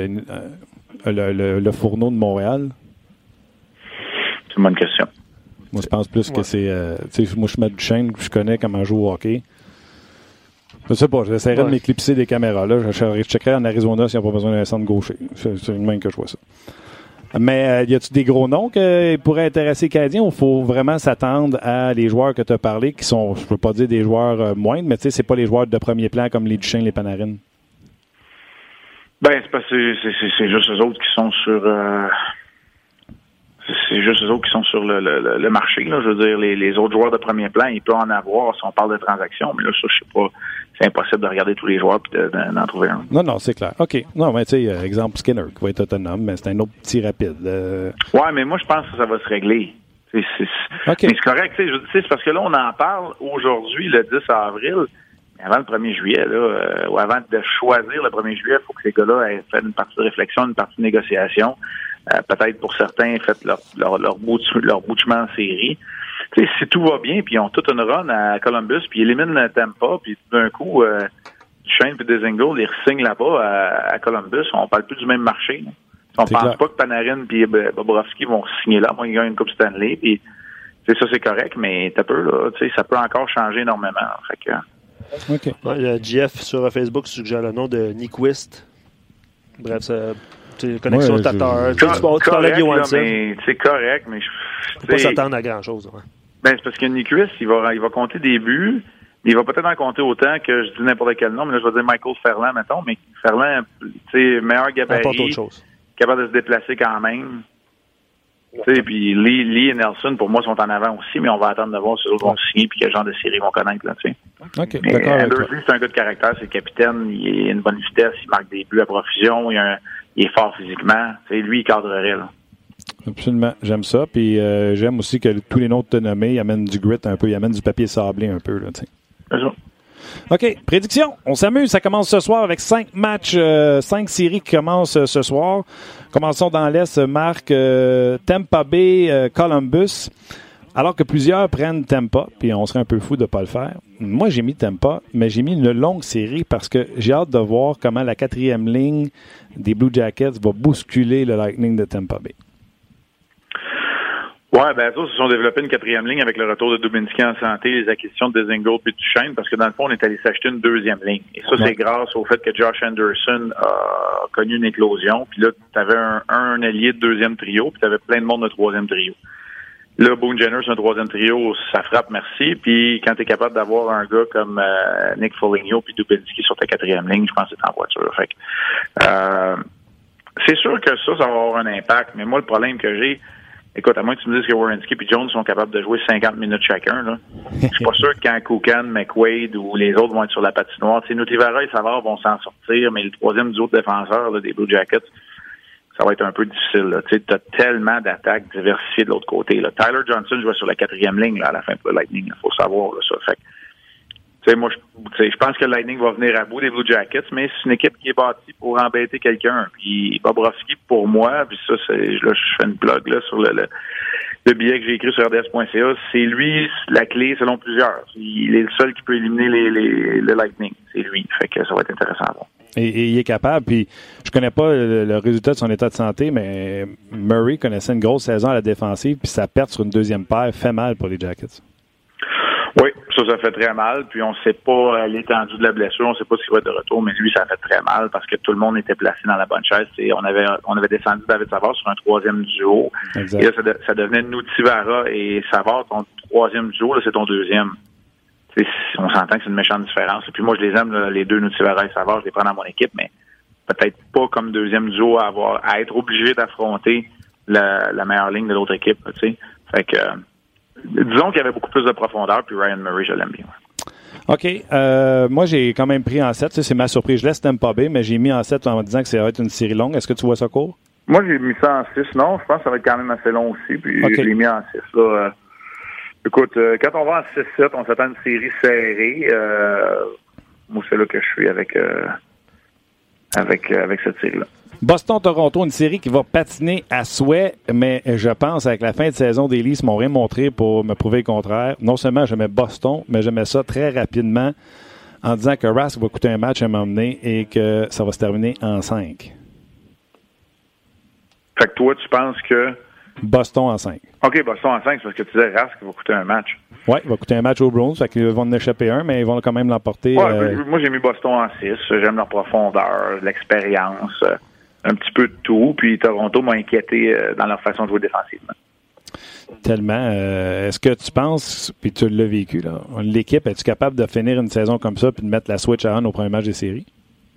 [SPEAKER 1] le fourneau de Montréal?
[SPEAKER 4] C'est une bonne question.
[SPEAKER 1] Moi, je pense plus que c'est... moi, je suis Matt Duchesne, je connais comment jouer au hockey. Je sais pas, j'essaierais de m'éclipser des caméras. Là. Je checkerais en Arizona s'il n'y a pas besoin d'un centre gaucher. C'est une même que je vois ça. Mais y a-tu des gros noms qui pourraient intéresser les Canadiens ou il faut vraiment s'attendre à les joueurs que tu as parlé qui sont, je peux pas dire des joueurs moindres, mais tu sais, c'est pas les joueurs de premier plan comme les Duchesne, les Panarin?
[SPEAKER 4] Ben, c'est parce que c'est juste eux autres qui sont sur le marché, là. Je veux dire, les autres joueurs de premier plan, ils peuvent en avoir si on parle de transactions, mais là, ça, je sais pas. C'est impossible de regarder tous les joueurs et d'en trouver un.
[SPEAKER 1] Non, c'est clair. OK. Non, mais tu sais, exemple Skinner, qui va être autonome, mais c'est un autre petit rapide.
[SPEAKER 4] Ouais, mais moi, je pense que ça va se régler. Mais c'est correct, c'est parce que là, on en parle aujourd'hui, le 10 avril, avant le 1er juillet, là, ou avant de choisir le 1er juillet, il faut que ces gars-là aient fait une partie de réflexion, une partie de négociation. Peut-être pour certains, fait leur bout de chemin en série. T'sais, si tout va bien, puis ils ont toute une run à Columbus, puis ils éliminent le Tampa, puis d'un coup, Duchesne et Dzingel, ils re-signent là-bas à Columbus, on parle plus du même marché. Là. On pense pas que Panarin et Bobrovski vont signer là. Moi, ils gagnent une Coupe Stanley, puis ça, c'est correct, mais t'as peu, là, ça peut encore changer énormément. Fait que...
[SPEAKER 2] OK. Ouais, GF sur Facebook suggère le nom de Nyquist. Bref, connexion Tatar. Tu parlais de Johansson.
[SPEAKER 4] C'est correct, mais
[SPEAKER 2] je peux pas s'attendre à grand-chose. Ouais.
[SPEAKER 4] Ben, c'est parce que Nyquist, il va compter des buts. Il va peut-être en compter autant que je dis n'importe quel nom, mais là, je vais dire Michael Ferland, mettons, mais Ferland, meilleur gabarit, capable de se déplacer quand même. Puis Lee et Nelson, pour moi, sont en avant aussi, mais on va attendre de voir si eux vont signer et quel genre de série ils vont connaître. Là,
[SPEAKER 1] OK,
[SPEAKER 4] mais Anderson, c'est un gars de caractère, c'est le capitaine, il a une bonne vitesse, il marque des buts à profusion, il est fort physiquement. Lui, il cadrerait. Là.
[SPEAKER 1] Absolument, j'aime ça. Puis j'aime aussi que tous les noms que tu as nommés, ils amènent du grit un peu, ils amènent du papier sablé un peu. Là, c'est
[SPEAKER 4] ça.
[SPEAKER 1] OK, prédiction. On s'amuse. Ça commence ce soir avec 5 matchs, 5 séries qui commencent ce soir. Commençons dans l'Est, Marc. Tampa Bay, Columbus. Alors que plusieurs prennent Tampa, puis on serait un peu fou de ne pas le faire. Moi, j'ai mis Tampa, mais j'ai mis une longue série parce que j'ai hâte de voir comment la 4e ligne des Blue Jackets va bousculer le Lightning de Tampa Bay.
[SPEAKER 4] Ouais, ben ça, ils se sont développés une 4e ligne avec le retour de Dubinsky en santé, les acquisitions de Dzingel et Duchesne, parce que dans le fond, on est allé s'acheter une 2e ligne. Et ça, c'est grâce au fait que Josh Anderson a connu une éclosion. Puis là, tu avais un allié de 2e trio, puis tu avais plein de monde de 3e trio. Là, Boone Jenner, c'est un 3e trio, ça frappe, merci. Puis quand tu es capable d'avoir un gars comme Nick Foligno puis Dubinsky sur ta 4e ligne, je pense que c'est en voiture. Fait que, c'est sûr que ça va avoir un impact. Mais moi, le problème que j'ai, écoute, à moins que tu me dises que Werenski et Jones sont capables de jouer 50 minutes chacun, là. Je suis pas sûr que quand Koukan, McQuaid ou les autres vont être sur la patinoire, Nutivara et Savard vont s'en sortir, mais le 3e duo de défenseurs là, des Blue Jackets, ça va être un peu difficile. Tu as tellement d'attaques diversifiées de l'autre côté. Là. Tyler Johnson jouait sur la 4e ligne là, à la fin pour le Lightning. Il faut savoir là, ça. Fait moi, je pense que le Lightning va venir à bout des Blue Jackets, mais c'est une équipe qui est bâtie pour embêter quelqu'un. Puis Bobrovski, pour moi, puis ça, là, je fais une plug là sur le billet que j'ai écrit sur RDS.ca, c'est lui la clé selon plusieurs. Il est le seul qui peut éliminer le Lightning. C'est lui. Fait que ça va être intéressant à voir.
[SPEAKER 1] Et il est capable. Puis je connais pas le résultat de son état de santé, mais Murray connaissait une grosse saison à la défensive, puis sa perte sur une 2e paire fait mal pour les Jackets.
[SPEAKER 4] Oui, ça fait très mal. Puis on ne sait pas l'étendue de la blessure, on ne sait pas ce qui va être de retour, mais lui, ça fait très mal parce que tout le monde était placé dans la bonne chaise. Et on avait descendu David Savard sur un 3e duo. Exact. Et là, ça devenait Nutivara et Savard, ton 3e duo, là, c'est ton 2e. On s'entend que c'est une méchante différence. Et puis moi, je les aime, là, les deux Nutivara et Savard, je les prends dans mon équipe, mais peut-être pas comme 2e duo à être obligé d'affronter la meilleure ligne de l'autre équipe. Fait que disons qu'il y avait beaucoup plus de profondeur, puis Ryan Murray, je l'aime bien.
[SPEAKER 1] OK. Moi, j'ai quand même pris en 7. C'est ma surprise. Je laisse Tampa Bay, mais j'ai mis en 7 en me disant que ça va être une série longue. Est-ce que tu vois ça court?
[SPEAKER 4] Moi, j'ai mis ça en 6. Non, je pense que ça va être quand même assez long aussi, puis je l'ai mis en 6. Là. Écoute, quand on va en 6-7, on s'attend à une série serrée. Moi, c'est là que je suis avec cette série-là.
[SPEAKER 1] Boston-Toronto, une série qui va patiner à souhait, mais je pense avec la fin de saison des Leafs m'ont rien montré pour me prouver le contraire. Non seulement j'aimais Boston, mais j'aimais ça très rapidement en disant que Rask va coûter un match à m'emmener et que ça va se terminer en 5.
[SPEAKER 4] Fait que toi, tu penses que...
[SPEAKER 1] Boston en 5.
[SPEAKER 4] OK, Boston en 5, c'est parce que tu disais Rask va coûter un match.
[SPEAKER 1] Oui, il va coûter un match aux Bruins, fait qu'ils vont en échapper un, mais ils vont quand même l'emporter.
[SPEAKER 4] Moi, j'ai mis Boston en 6. J'aime leur profondeur, l'expérience... un petit peu de tout, puis Toronto m'a inquiété dans leur façon de jouer défensivement.
[SPEAKER 1] Tellement. Est-ce que tu penses, puis tu l'as vécu, là, l'équipe, es-tu capable de finir une saison comme ça puis de mettre la switch à on au premier match des séries?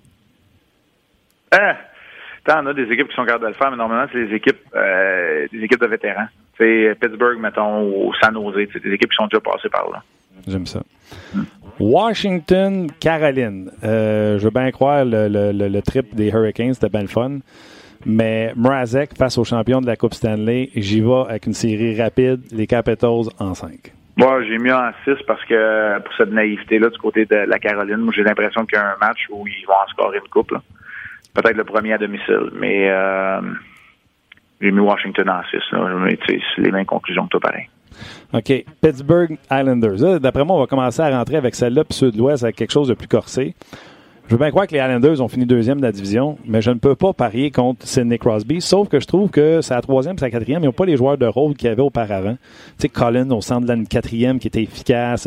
[SPEAKER 4] T'en as des équipes qui sont capables de le faire, mais normalement, c'est des équipes de vétérans. C'est Pittsburgh, mettons, ou San Jose, c'est des équipes qui sont déjà passées par là.
[SPEAKER 1] J'aime ça. Washington, Caroline. Je veux bien croire le trip des Hurricanes, c'était bien le fun. Mais Mrazek face aux champions de la Coupe Stanley, j'y vais avec une série rapide, les Capitals en 5.
[SPEAKER 4] Moi, j'ai mis en 6 parce que pour cette naïveté-là du côté de la Caroline, moi j'ai l'impression qu'il y a un match où ils vont en scorer une coupe. Là. Peut-être le premier à domicile, mais j'ai mis Washington en 6. Là. Mais, c'est les mêmes conclusions que toi, pareil.
[SPEAKER 1] OK. Pittsburgh Islanders. Là, d'après moi, on va commencer à rentrer avec celle-là, puis ceux de l'Ouest avec quelque chose de plus corsé. Je veux bien croire que les Islanders ont fini deuxième de la division, mais je ne peux pas parier contre Sidney Crosby, sauf que je trouve que c'est la troisième et la quatrième. Ils n'ont pas les joueurs de rôle qu'il y avait auparavant. Tu sais, Colin au centre de la quatrième qui était efficace,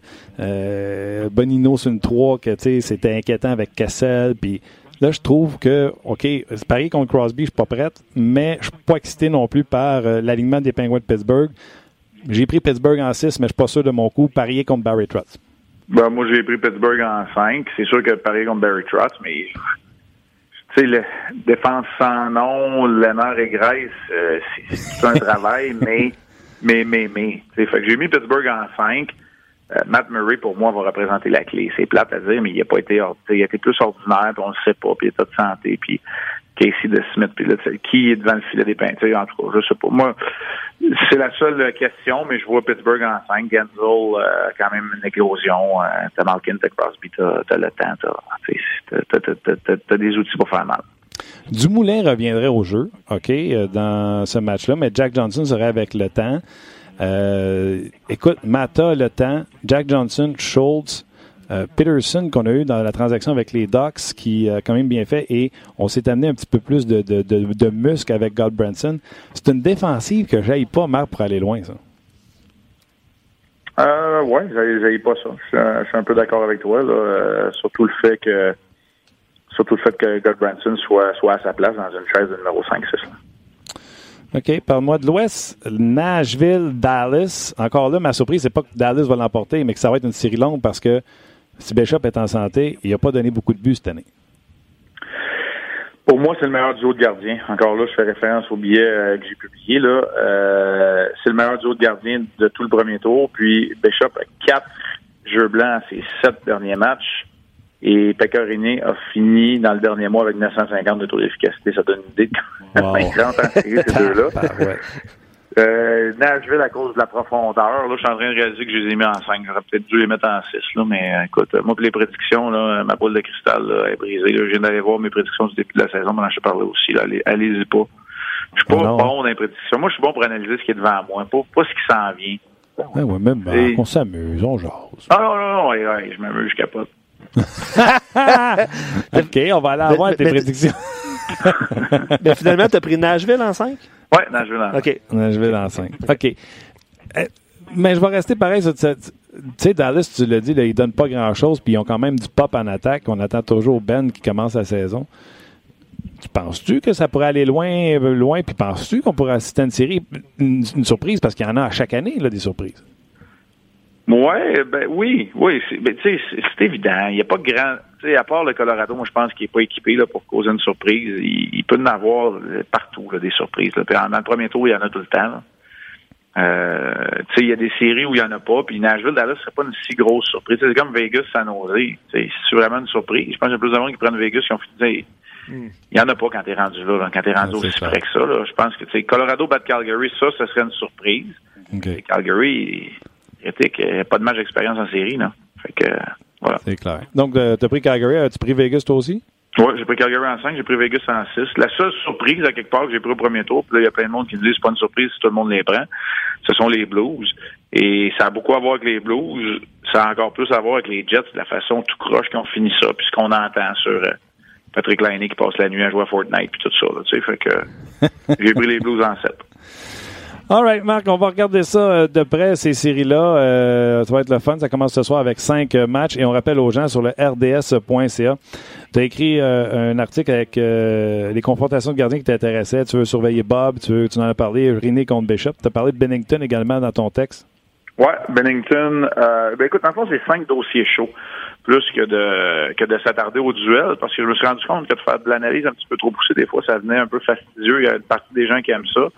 [SPEAKER 1] Bonino sur une 3, que tu sais, c'était inquiétant avec Kessel, puis là, je trouve que, OK, c'est parier contre Crosby, je suis pas prête, mais je suis pas excité non plus par l'alignement des Penguins de Pittsburgh. J'ai pris Pittsburgh en 6, mais je suis pas sûr de mon coup. Parier contre Barry Trotz.
[SPEAKER 4] Ben, moi, j'ai pris Pittsburgh en 5. C'est sûr que parier contre Barry Trotz, mais tu sais, le défense sans nom, Lennart et Grace, c'est un travail, mais. Fait que j'ai mis Pittsburgh en 5. Matt Murray, pour moi, va représenter la clé. C'est plate à dire, mais il a pas été, il a été plus ordinaire, puis on le sait pas, puis état de santé, puis Casey DeSmith, puis là, qui est devant le filet des Peintres, en tout cas, je sais pas. Moi, c'est la seule question, mais je vois Pittsburgh en 5. Gensel, quand même une éclosion. T'as Malkin, t'as Crosby, t'as le temps, t'as des outils pour faire mal.
[SPEAKER 1] Dumoulin reviendrait au jeu, OK, dans ce match-là, mais Jack Johnson serait avec le temps. Écoute, Mata, le temps, Jack Johnson, Schultz, Peterson qu'on a eu dans la transaction avec les Ducks qui a quand même bien fait et on s'est amené un petit peu plus de muscle avec Goldbranson. C'est une défensive que j'aille pas, Marc, pour aller loin, ça.
[SPEAKER 4] Ouais, j'aille pas ça. Je suis un peu d'accord avec toi, là. Surtout le fait que Goldbranson soit à sa place dans une chaise de numéro 5-6.
[SPEAKER 1] OK. Parle-moi de l'Ouest. Nashville, Dallas. Encore là, ma surprise, c'est pas que Dallas va l'emporter, mais que ça va être une série longue parce que si Bishop est en santé, il n'a pas donné beaucoup de buts cette année.
[SPEAKER 4] Pour moi, c'est le meilleur duo de gardiens. Encore là, je fais référence au billet que j'ai publié. Là. C'est le meilleur duo de gardiens de tout le premier tour. Puis Bishop a 4 jeux blancs à ses 7 derniers matchs. Et Pecorine a fini dans le dernier mois avec 950 de taux d'efficacité. Ça donne une idée de 50 en série, ces deux-là. Nashville, à cause de la profondeur, là, je suis en train de réaliser que je les ai mis en 5. J'aurais peut-être dû les mettre en 6, là, mais écoute, moi, pour les prédictions, là, ma boule de cristal là, est brisée. Là. Je viens d'aller voir mes prédictions du début de la saison, maintenant je parlais aussi. Là, allez-y pas. Je suis pas bon dans les prédictions. Moi, je suis bon pour analyser ce qui est devant moi, pas ce qui s'en vient.
[SPEAKER 1] Ouais, même on s'amuse, on jase.
[SPEAKER 4] Ah non, ouais, je m'amuse, je capote.
[SPEAKER 1] OK, on va aller avoir tes prédictions.
[SPEAKER 2] Mais finalement, tu as pris Nashville en 5?
[SPEAKER 4] Oui, Nashville en 5.
[SPEAKER 1] OK. Nashville en 5. OK. Mais je vais rester pareil. Tu sais, Dallas, tu l'as dit, là, ils ne donnent pas grand-chose, puis ils ont quand même du pop en attaque. On attend toujours Ben qui commence la saison. Tu penses-tu que ça pourrait aller loin, puis penses-tu qu'on pourrait assister à une série, une surprise, parce qu'il y en a à chaque année, là, des surprises?
[SPEAKER 4] Ouais, oui, c'est évident. Il n'y a pas de grand, tu sais, à part le Colorado, moi je pense qu'il n'est pas équipé là pour causer une surprise. Il peut en avoir partout là, des surprises. Là. Puis dans le premier tour, il y en a tout le temps. Tu sais, il y a des séries où il n'y en a pas. Puis Nashville, Dallas, ce serait pas une si grosse surprise. C'est comme Vegas, San Jose. C'est vraiment une surprise. Je pense qu'il y a plus de monde qui prennent Vegas qui ont fait. Il n'y en a pas quand t'es rendu là, quand t'es rendu aussi près que ça. Là. Je pense que Colorado bat Calgary, ça serait une surprise. Okay. Calgary, il n'y a pas de match d'expérience en série, là. Fait que, voilà.
[SPEAKER 1] C'est clair. Donc, tu as pris Calgary, as-tu pris Vegas toi aussi?
[SPEAKER 4] Oui, j'ai pris Calgary en 5, j'ai pris Vegas en 6. La seule surprise, à quelque part, que j'ai pris au premier tour, puis là, il y a plein de monde qui me dit c'est pas une surprise si tout le monde les prend, ce sont les Blues. Et ça a beaucoup à voir avec les Blues. Ça a encore plus à voir avec les Jets, de la façon tout croche qu'ils ont fini ça, puis ce qu'on entend sur Patrick Laine qui passe la nuit à jouer à Fortnite, puis tout ça, là, tu sais. Fait que j'ai pris les Blues en 7.
[SPEAKER 1] All right, Marc, on va regarder ça de près, ces séries-là. Ça va être le fun. Ça commence ce soir avec 5 matchs. Et on rappelle aux gens sur le rds.ca. Tu as écrit un article avec les confrontations de gardiens qui t'intéressaient. Tu veux surveiller Bob, tu en as parlé, René contre Bishop. Tu as parlé de Bennington également dans ton texte.
[SPEAKER 4] Ouais, Bennington. Écoute, en fait, c'est 5 dossiers chauds. Plus que de s'attarder au duel. Parce que je me suis rendu compte que de faire de l'analyse un petit peu trop poussée, des fois, ça venait un peu fastidieux. Il y a une partie des gens qui aiment ça.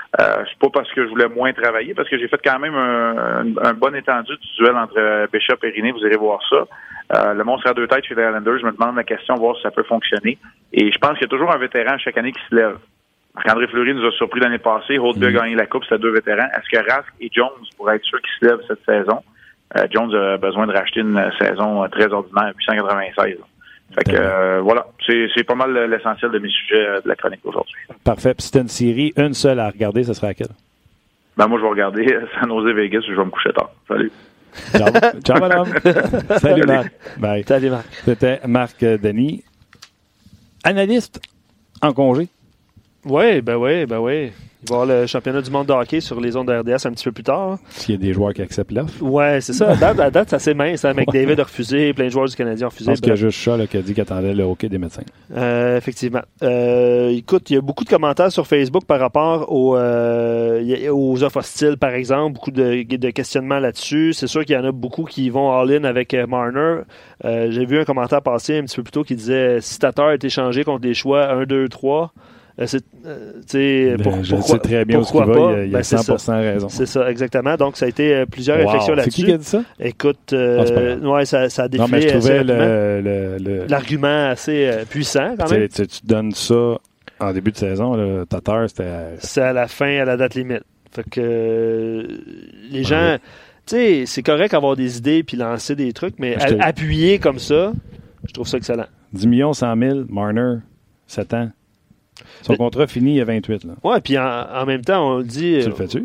[SPEAKER 4] C'est pas parce que je voulais moins travailler, parce que j'ai fait quand même un bon étendu du duel entre Bishop et Riné, vous irez voir ça. Le monstre à deux têtes chez les Islanders, je me demande la question, voir si ça peut fonctionner. Et je pense qu'il y a toujours un vétéran chaque année qui se lève. Marc-André Fleury nous a surpris l'année passée, Holtby a gagné la Coupe, c'était 2 vétérans. Est-ce que Rask et Jones pourraient être ceux qui se lèvent cette saison? Jones a besoin de racheter une saison très ordinaire, 896. Fait que voilà, c'est pas mal l'essentiel de mes sujets de la chronique aujourd'hui.
[SPEAKER 1] Parfait. Puis si t'as une série, une seule à regarder, ce serait laquelle?
[SPEAKER 4] Ben moi, je vais regarder San Jose Vegas, je vais me coucher tard. Salut.
[SPEAKER 1] Ciao, ciao madame. Salut Marc. Bye.
[SPEAKER 2] Salut Marc.
[SPEAKER 1] C'était Marc Denis, analyste en congé.
[SPEAKER 2] Oui. Il va y avoir le championnat du monde de hockey sur les ondes de RDS un petit peu plus tard.
[SPEAKER 1] S'il y a des joueurs qui acceptent l'offre.
[SPEAKER 2] Ouais, c'est ça. À date, c'est assez mince. McDavid a refusé, plein de joueurs du Canadien ont refusé.
[SPEAKER 1] Je pense qu'il y a juste Shaw qui a dit qu'il attendait le hockey des médecins.
[SPEAKER 2] Effectivement. Écoute, il y a beaucoup de commentaires sur Facebook par rapport aux offres hostiles, par exemple. Beaucoup de questionnements là-dessus. C'est sûr qu'il y en a beaucoup qui vont all-in avec Marner. J'ai vu un commentaire passer un petit peu plus tôt qui disait si Tatar a été changé contre les choix 1, 2, 3... je sais
[SPEAKER 1] très bien où il va, il a 100% raison.
[SPEAKER 2] C'est ça, exactement. Donc, ça a été plusieurs réflexions là-dessus.
[SPEAKER 1] C'est qui a dit ça?
[SPEAKER 2] Écoute, ça a défilé.
[SPEAKER 1] Non, mais je trouvais
[SPEAKER 2] l'argument assez puissant, quand même.
[SPEAKER 1] Tu donnes ça en début de saison, Tatar, c'était...
[SPEAKER 2] C'est à la fin, à la date limite. Fait que les gens... Tu sais, c'est correct d'avoir des idées puis lancer des trucs, mais appuyer comme ça, je trouve ça excellent.
[SPEAKER 1] 10 100 000, Marner, 7 ans. Son contrat fini il y a 28. Là.
[SPEAKER 2] Ouais, puis en même temps, on le dit...
[SPEAKER 1] Tu le fais-tu?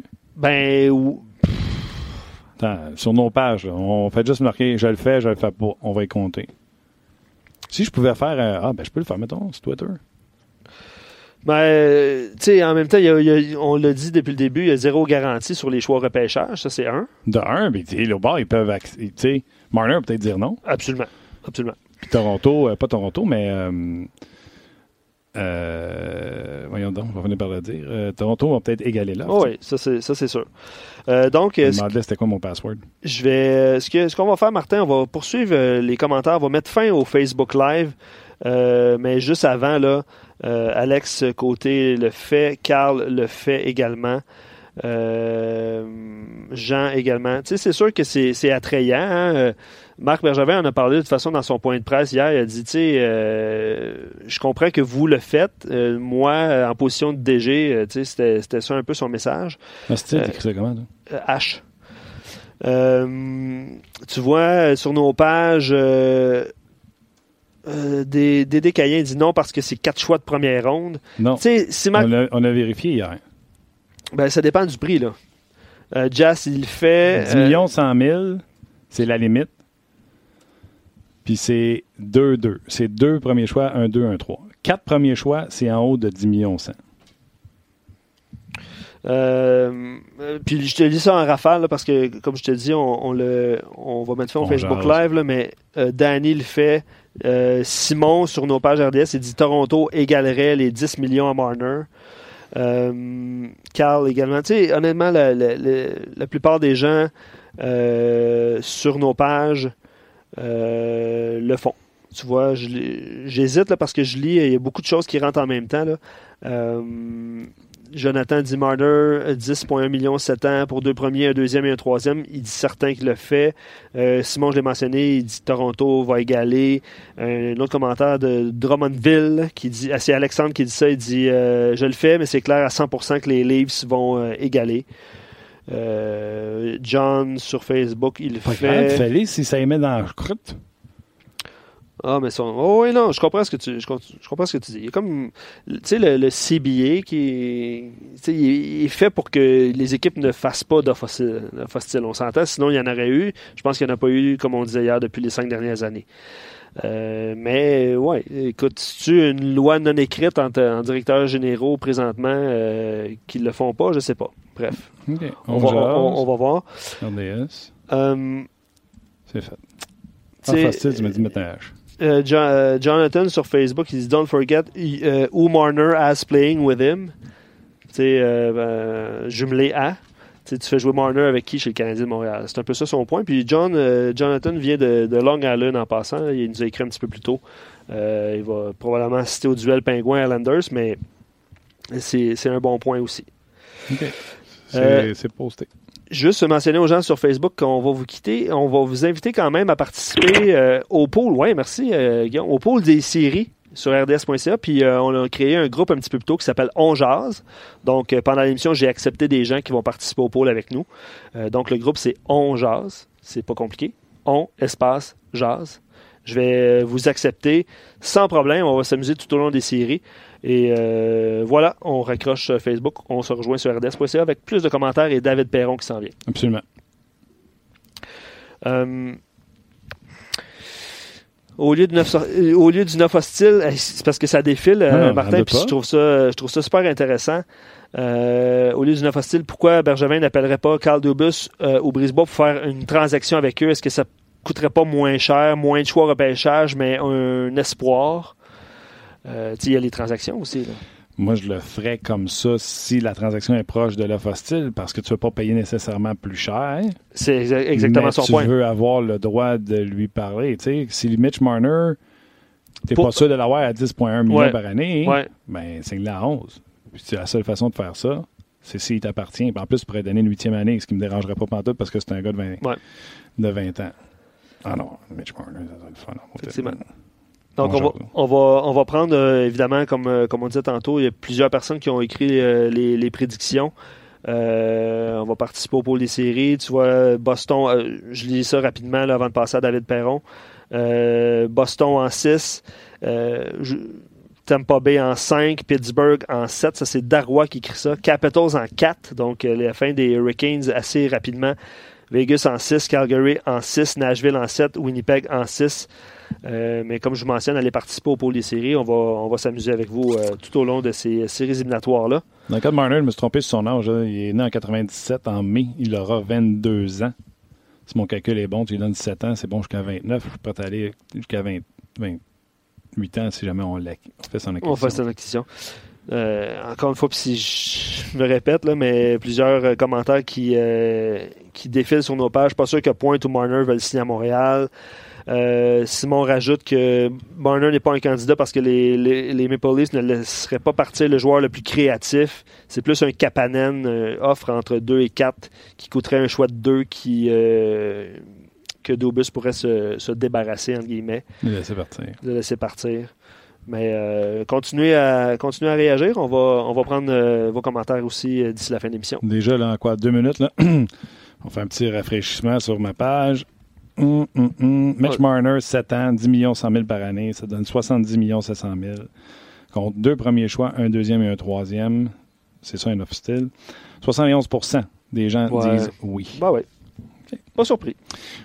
[SPEAKER 1] Attends, sur nos pages, là, on fait juste marquer « je le fais pas », on va y compter. Si je pouvais faire... je peux le faire, mettons, sur Twitter.
[SPEAKER 2] Tu sais, en même temps, on l'a dit depuis le début, il y a 0 garantie sur les choix repêchage, ça c'est 1.
[SPEAKER 1] De 1, mais le bord, ils peuvent... Marner peut peut-être dire non.
[SPEAKER 2] Absolument.
[SPEAKER 1] Puis Toronto, pas Toronto, mais... voyons donc, on va venir par le dire. Toronto va peut-être égaler là.
[SPEAKER 2] Oui, ça c'est sûr. Donc,
[SPEAKER 1] je me demandais c'était quoi mon password.
[SPEAKER 2] Ce qu'on va faire, Martin, on va poursuivre les commentaires. On va mettre fin au Facebook Live. Mais juste avant, là, Alex Côté le fait, Carl le fait également. Jean également. Tu sais, c'est sûr que c'est attrayant. Hein? Marc Bergevin en a parlé de toute façon dans son point de presse hier. Il a dit, tu sais, je comprends que vous le faites. Moi, en position de DG, tu sais, c'était ça un peu son message.
[SPEAKER 1] C'est écrit ça comment, toi?
[SPEAKER 2] H. Tu vois, sur nos pages, Dédé Cayen dit non parce que c'est 4 choix de première ronde.
[SPEAKER 1] Non,
[SPEAKER 2] si Marc...
[SPEAKER 1] on a vérifié hier.
[SPEAKER 2] Ben, ça dépend du prix, là. Jazz, il fait...
[SPEAKER 1] 10 100 000, c'est la limite. Puis c'est 2-2. C'est 2 premiers choix, 1-2, 1-3. 4 premiers choix, c'est en haut de 10 100 000.
[SPEAKER 2] Puis je te lis ça en rafale, là, parce que, comme je te dis, on va mettre fin au Facebook Live, là, mais Danny le fait. Simon, sur nos pages RDS, il dit Toronto égalerait les 10 millions à Marner. Carl également. Tu sais, honnêtement, la plupart des gens sur nos pages le font. Tu vois, j'hésite là, parce que je lis, il y a beaucoup de choses qui rentrent en même temps. Là. Jonathan dit Marner, 10,1 millions 7 ans pour 2 premiers, un deuxième et un troisième. Il dit certain qu'il le fait. Simon, je l'ai mentionné, il dit Toronto va égaler. Un autre commentaire de Drummondville qui dit, c'est Alexandre qui dit ça, il dit je le fais, mais c'est clair à 100% que les Leafs vont égaler. John sur Facebook, il fait.
[SPEAKER 1] Fallait si ça émet dans la croûte.
[SPEAKER 2] Ah, mais oui, non, je comprends ce que tu dis. Il y a comme, tu sais, le CBA qui il est fait pour que les équipes ne fassent pas d'offres hostiles. On s'entend, sinon il y en aurait eu. Je pense qu'il n'y en a pas eu, comme on disait hier, depuis les 5 dernières années. Mais, ouais, écoute, si tu as une loi non écrite en directeurs généraux présentement qui ne le font pas, je ne sais pas. Bref,
[SPEAKER 1] okay.
[SPEAKER 2] On va voir.
[SPEAKER 1] RDS. C'est fait. Hostile, tu m'as dit mettre un H.
[SPEAKER 2] Jonathan sur Facebook, il dit Don't forget who Marner has playing with him. Tu sais, jumelé à. Tu fais jouer Marner avec qui chez le Canadien de Montréal. C'est un peu ça son point. Puis Jonathan vient de Long Island en passant. Il nous a écrit un petit peu plus tôt. Il va probablement assister au duel Pingouin-Islanders, mais c'est un bon point aussi.
[SPEAKER 1] OK. C'est posté.
[SPEAKER 2] Juste mentionner aux gens sur Facebook qu'on va vous quitter. On va vous inviter quand même à participer au pool. Oui, merci, Guillaume. Au pool des séries sur rds.ca. Puis on a créé un groupe un petit peu plus tôt qui s'appelle On Jase. Donc, pendant l'émission, j'ai accepté des gens qui vont participer au pool avec nous. Donc, le groupe, c'est On Jase. C'est pas compliqué. On, espace, jase. Je vais vous accepter sans problème. On va s'amuser tout au long des séries. Et voilà, on raccroche Facebook. On se rejoint sur rds.ca avec plus de commentaires et David Perron qui s'en vient.
[SPEAKER 1] Absolument.
[SPEAKER 2] Au lieu du 9 hostile, c'est parce que ça défile, Martin, puis je trouve ça super intéressant. Au lieu du 9 hostile, pourquoi Bergevin n'appellerait pas Carl Dubus ou Brisebois pour faire une transaction avec eux? Est-ce que ça coûterait pas moins cher, moins de choix au repêchage, mais un espoir? Il y a les transactions aussi. Là.
[SPEAKER 1] Moi, je le ferais comme ça si la transaction est proche de l'offre hostile parce que tu ne vas pas payer nécessairement plus cher.
[SPEAKER 2] C'est exactement son point.
[SPEAKER 1] Tu veux avoir le droit de lui parler. T'sais. Si Mitch Marner, tu n'es pas sûr de l'avoir à 10,1 millions par année, ben, signe-le à 11. Puis c'est la seule façon de faire ça, c'est s'il t'appartient. Puis en plus, tu pourrais donner une 8e année, ce qui ne me dérangerait pas pantoute parce que c'est un gars de 20 ans. Ah non, Mitch Marner, ça va être fun.
[SPEAKER 2] Effectivement. Donc, on va prendre, évidemment, comme on disait tantôt, il y a plusieurs personnes qui ont écrit les prédictions. On va participer au pôle des séries. Tu vois, Boston, je lis ça rapidement là, avant de passer à David Perron. Boston en 6, Tampa Bay en 5, Pittsburgh en 7. Ça, c'est Darrois qui écrit ça. Capitals en 4, donc la fin des Hurricanes assez rapidement. Vegas en 6, Calgary en 6, Nashville en 7, Winnipeg en 6. Mais comme je vous mentionne, allez participer au pôle des séries. On va s'amuser avec vous tout au long de ces séries éliminatoires-là.
[SPEAKER 1] Dans le cas de Marner, je me suis trompé sur son âge. Il est né en 97, en mai. Il aura 22 ans. Si mon calcul est bon, tu lui donnes 17 ans, c'est bon jusqu'à 29. Je suis prêt à aller jusqu'à 28 ans si jamais on fait son acquisition.
[SPEAKER 2] On fait son acquisition. Encore une fois, puis si je me répète, là, mais plusieurs commentaires qui défilent sur nos pages. Pas sûr que Point ou Marner veulent signer à Montréal. Simon rajoute que Marner n'est pas un candidat parce que les Maple Leafs ne laisseraient pas partir le joueur le plus créatif. C'est plus un Kapanen offre entre 2 et 4 qui coûterait un choix de 2 que Dubus pourrait se débarrasser, entre guillemets.
[SPEAKER 1] De laisser partir.
[SPEAKER 2] Mais continuez à réagir. On va prendre vos commentaires aussi d'ici la fin de l'émission.
[SPEAKER 1] Déjà, là, en quoi, 2 minutes, là, on fait un petit rafraîchissement sur ma page. Mitch Marner, 7 ans, 10 100 000 par année. Ça donne 70 700 000. Contre 2 premiers choix, un deuxième et un troisième. C'est ça, un off-style. 71% des gens disent oui.
[SPEAKER 2] Ben oui. Okay. Pas surpris.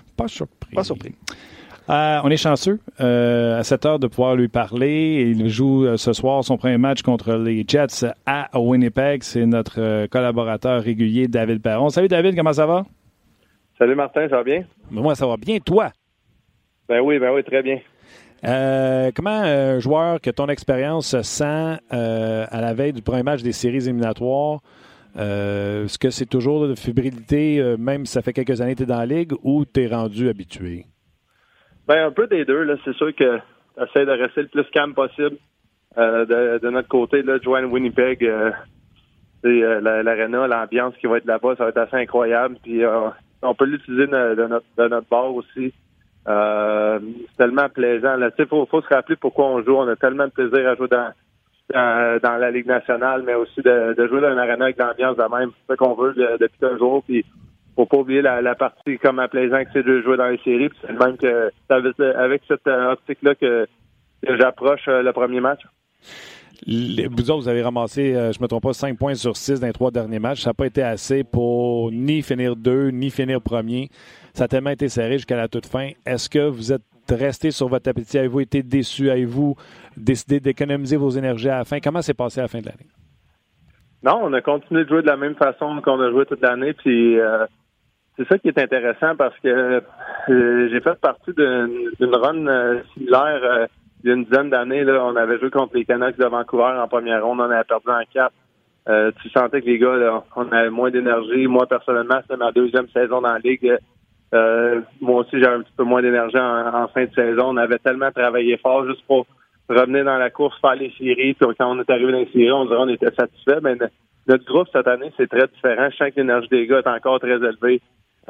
[SPEAKER 1] On est chanceux à 7 heures de pouvoir lui parler. Il joue ce soir son premier match contre les Jets à Winnipeg. C'est notre collaborateur régulier, David Perron. Salut David, comment ça va?
[SPEAKER 5] Salut Martin, ça va bien?
[SPEAKER 1] Moi, ça va bien. Toi?
[SPEAKER 5] Ben oui, très bien.
[SPEAKER 1] Comment un joueur que ton expérience se sent à la veille du premier match des séries éliminatoires? Est-ce que c'est toujours de fébrilité, même si ça fait quelques années que tu es dans la Ligue, ou tu es rendu habitué?
[SPEAKER 5] Ben un peu des deux. Là. C'est sûr que tu essaies de rester le plus calme possible. De notre côté, là, de jouer à Winnipeg, l'aréna, l'ambiance qui va être là-bas, ça va être assez incroyable. Puis on peut l'utiliser de notre bord aussi. C'est tellement plaisant. Il faut se rappeler pourquoi on joue. On a tellement de plaisir à jouer dans la Ligue nationale, mais aussi de jouer dans un aréna avec l'ambiance de même. C'est ça qu'on veut depuis toujours. Puis faut pas oublier la partie comme plaisant que c'est de jouer dans les séries. Puis c'est le même que avec cette optique-là que j'approche le premier match.
[SPEAKER 1] Vous autres, vous avez ramassé, je ne me trompe pas, 5 points sur 6 dans les 3 derniers matchs. Ça n'a pas été assez pour ni finir 2, ni finir premier. Ça a tellement été serré jusqu'à la toute fin. Est-ce que vous êtes resté sur votre appétit? Avez-vous été déçu? Avez-vous décidé d'économiser vos énergies à la fin? Comment s'est passé à la fin de l'année?
[SPEAKER 5] Non, on a continué de jouer de la même façon qu'on a joué toute l'année. Puis c'est ça qui est intéressant parce que j'ai fait partie d'une run similaire il y a une dizaine d'années. Là, on avait joué contre les Canucks de Vancouver en première ronde. On avait perdu en 4. Tu sentais que les gars, là, on avait moins d'énergie. Moi, personnellement, c'était ma 2e saison dans la Ligue. Moi aussi, j'avais un petit peu moins d'énergie en fin de saison. On avait tellement travaillé fort juste pour revenir dans la course, faire les séries. Puis quand on est arrivé dans les séries, on dirait qu'on était satisfait. Mais notre groupe cette année, c'est très différent. Je sens que l'énergie des gars est encore très élevée.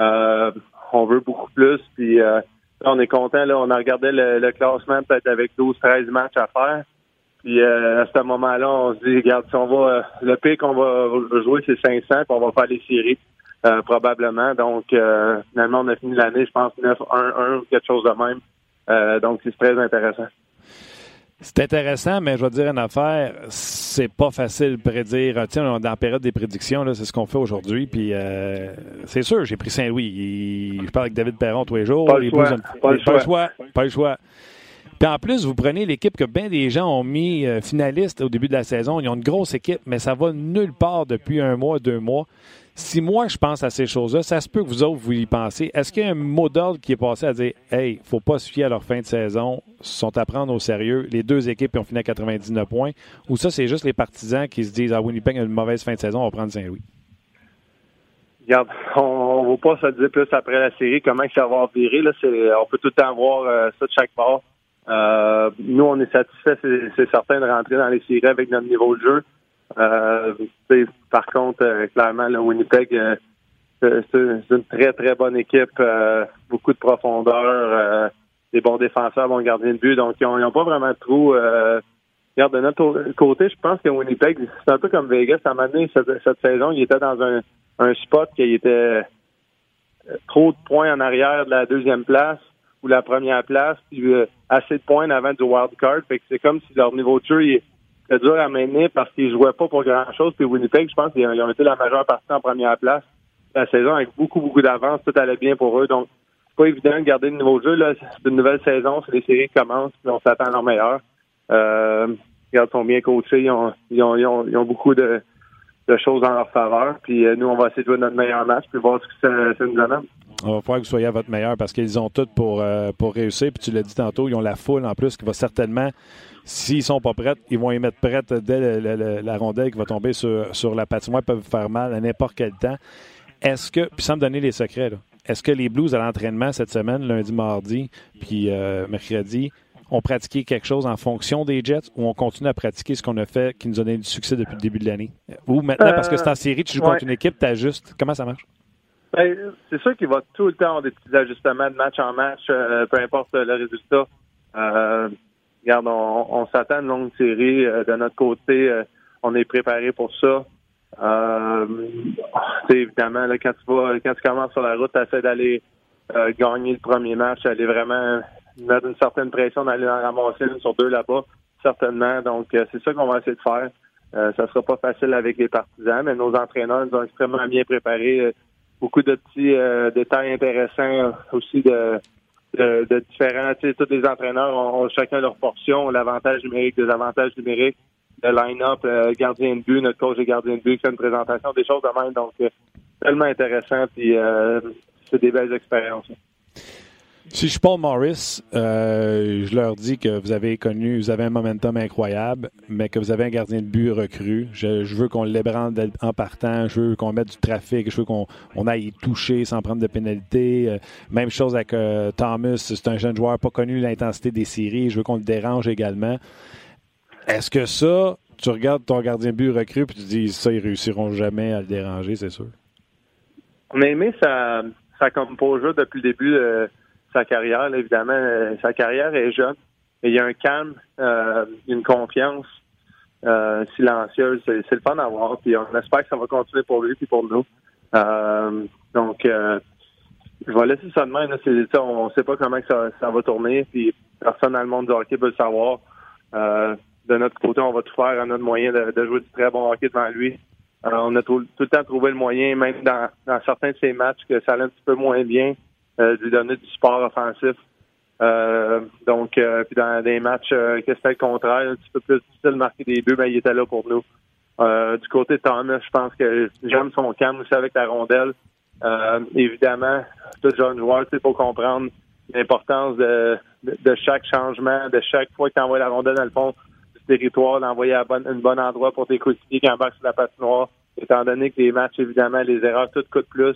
[SPEAKER 5] On veut beaucoup plus. Puis là, on est content. Là, on a regardé le classement peut-être avec 12-13 matchs à faire. Puis à ce moment-là, on se dit, regarde, si on va, le pire qu'on va jouer, c'est 500, puis on va faire les séries probablement. Donc finalement, on a fini l'année, je pense 9-1-1 ou quelque chose de même. Donc c'est très intéressant.
[SPEAKER 1] C'est intéressant, mais je vais te dire une affaire, c'est pas facile de prédire. Tiens, on est dans la période des prédictions, là, c'est ce qu'on fait aujourd'hui. Puis c'est sûr, j'ai pris Saint-Louis. Je parle avec David Perron tous les jours.
[SPEAKER 5] Pas le choix.
[SPEAKER 1] Puis en plus, vous prenez l'équipe que bien des gens ont mis finaliste au début de la saison. Ils ont une grosse équipe, mais ça va nulle part depuis 1 mois, 2 mois. Si moi, je pense à ces choses-là, ça se peut que vous autres, vous y pensez. Est-ce qu'il y a un mot d'ordre qui est passé à dire « Hey, faut pas se fier à leur fin de saison, sont à prendre au sérieux, les 2 équipes ont fini à 99 points » ou ça, c'est juste les partisans qui se disent « Ah, Winnipeg a une mauvaise fin de saison, on va prendre Saint-Louis ».
[SPEAKER 5] Regarde, on ne va pas se dire plus après la série comment ça va virer. Là, on peut tout le temps voir ça de chaque part. Nous, on est satisfait, c'est certain, de rentrer dans les séries avec notre niveau de jeu. Par contre, clairement, le Winnipeg, c'est une très, très bonne équipe. Beaucoup de profondeur, des bons défenseurs, bons gardiens de but. Donc, ils n'ont pas vraiment de trou. Regarde, de notre côté, je pense que Winnipeg, c'est un peu comme Vegas. À un moment donné, cette saison, il était dans un spot qui était trop de points en arrière de la 2e place ou la 1re place, puis assez de points avant du wild card. Fait que c'est comme si leur niveau de jeu c'était dur à mener parce qu'ils jouaient pas pour grand-chose. Puis Winnipeg, je pense qu'ils ont été la majeure partie en 1re place. La saison avec beaucoup, beaucoup d'avance, tout allait bien pour eux. Donc, c'est pas évident de garder le niveau de jeu. Là, c'est une nouvelle saison, c'est les séries qui commencent, puis on s'attend à leur meilleur. Regarde, ils sont bien coachés, ils ont beaucoup de choses en leur faveur. Puis nous, on va essayer de jouer notre meilleur match, puis voir ce que ça nous amène.
[SPEAKER 1] On va falloir que vous soyez à votre meilleur parce qu'ils ont tout pour réussir. Puis tu l'as dit tantôt, ils ont la foule en plus qui va certainement, s'ils sont pas prêts, ils vont y mettre prête dès la rondelle qui va tomber sur la patinoire, peuvent faire mal à n'importe quel temps. Est-ce que, puis sans me donner les secrets, là, est-ce que les Blues à l'entraînement cette semaine, lundi, mardi, puis mercredi, ont pratiqué quelque chose en fonction des Jets ou on continue à pratiquer ce qu'on a fait qui nous a donné du succès depuis le début de l'année? Ou maintenant, parce que c'est en série, tu joues contre une équipe, tu ajustes. Comment ça marche?
[SPEAKER 5] Ben, c'est sûr qu'il va tout le temps avoir des petits ajustements de match en match, peu importe le résultat. Regarde, on s'attend à une longue série. De notre côté, on est préparé pour ça. Évidemment, là, quand tu commences sur la route, tu essaies d'aller gagner le premier match, aller vraiment mettre une certaine pression d'aller en ramasser une sur 2 là-bas, certainement. Donc, c'est ça qu'on va essayer de faire. Ça sera pas facile avec les partisans, mais nos entraîneurs nous ont extrêmement bien préparés. Beaucoup de petits détails intéressants aussi de différents. Tu sais, tous les entraîneurs ont chacun leur portion, l'avantage numérique, désavantage numérique, le line-up, gardien de but, notre coach et gardien de but qui fait une présentation, des choses de même. Donc, tellement intéressant, puis c'est des belles expériences.
[SPEAKER 1] Si je suis Paul Maurice, je leur dis que vous avez un momentum incroyable, mais que vous avez un gardien de but recru. Je veux qu'on l'ébranle en partant, je veux qu'on mette du trafic, je veux qu'on aille y toucher sans prendre de pénalité. Même chose avec Thomas, c'est un jeune joueur pas connu l'intensité des séries, je veux qu'on le dérange également. Est-ce que ça, tu regardes ton gardien de but recru et tu te dis ça, ils réussiront jamais à le déranger, c'est sûr?
[SPEAKER 5] On a aimé sa composure depuis le début sa carrière, là, évidemment. Sa carrière est jeune, mais il y a un calme, une confiance silencieuse. C'est le fun à voir, puis on espère que ça va continuer pour lui et pour nous. Donc, je vais laisser ça de même. Là, on ne sait pas comment que ça va tourner, puis personne dans le monde du hockey peut le savoir. De notre côté, on va tout faire à notre moyen de jouer du très bon hockey devant lui. On a tout le temps trouvé le moyen, même dans certains de ses matchs, que ça allait un petit peu moins bien, de lui donner du support offensif. Donc, puis dans des matchs que c'était le contraire, un petit peu plus difficile de marquer des buts, ben il était là pour nous. Du côté de Thomas, je pense que j'aime son calme aussi avec la rondelle. Évidemment, tout jeune joueur, tu sais, pour comprendre l'importance de chaque changement, de chaque fois que tu envoies la rondelle dans le fond du territoire, d'envoyer à un bon endroit pour tes coéquipiers qui embarquent sur la patinoire, étant donné que les matchs, évidemment, les erreurs, tout coûte plus.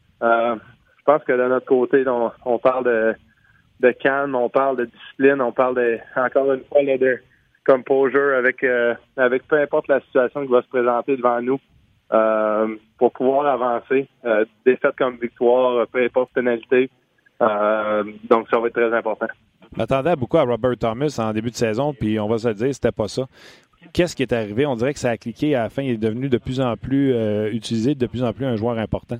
[SPEAKER 5] Je pense que de notre côté, on parle de calme, on parle de discipline, on parle encore une fois là, de composure avec peu importe la situation qui va se présenter devant nous. pour pouvoir avancer. Défaite comme victoire, peu importe pénalité. Donc, ça va être très important.
[SPEAKER 1] Je m'attendais beaucoup à Robert Thomas en début de saison, puis on va se le dire, c'était pas ça. Qu'est-ce qui est arrivé? On dirait que ça a cliqué à la fin. Il est devenu de plus en plus utilisé, de plus en plus un joueur important.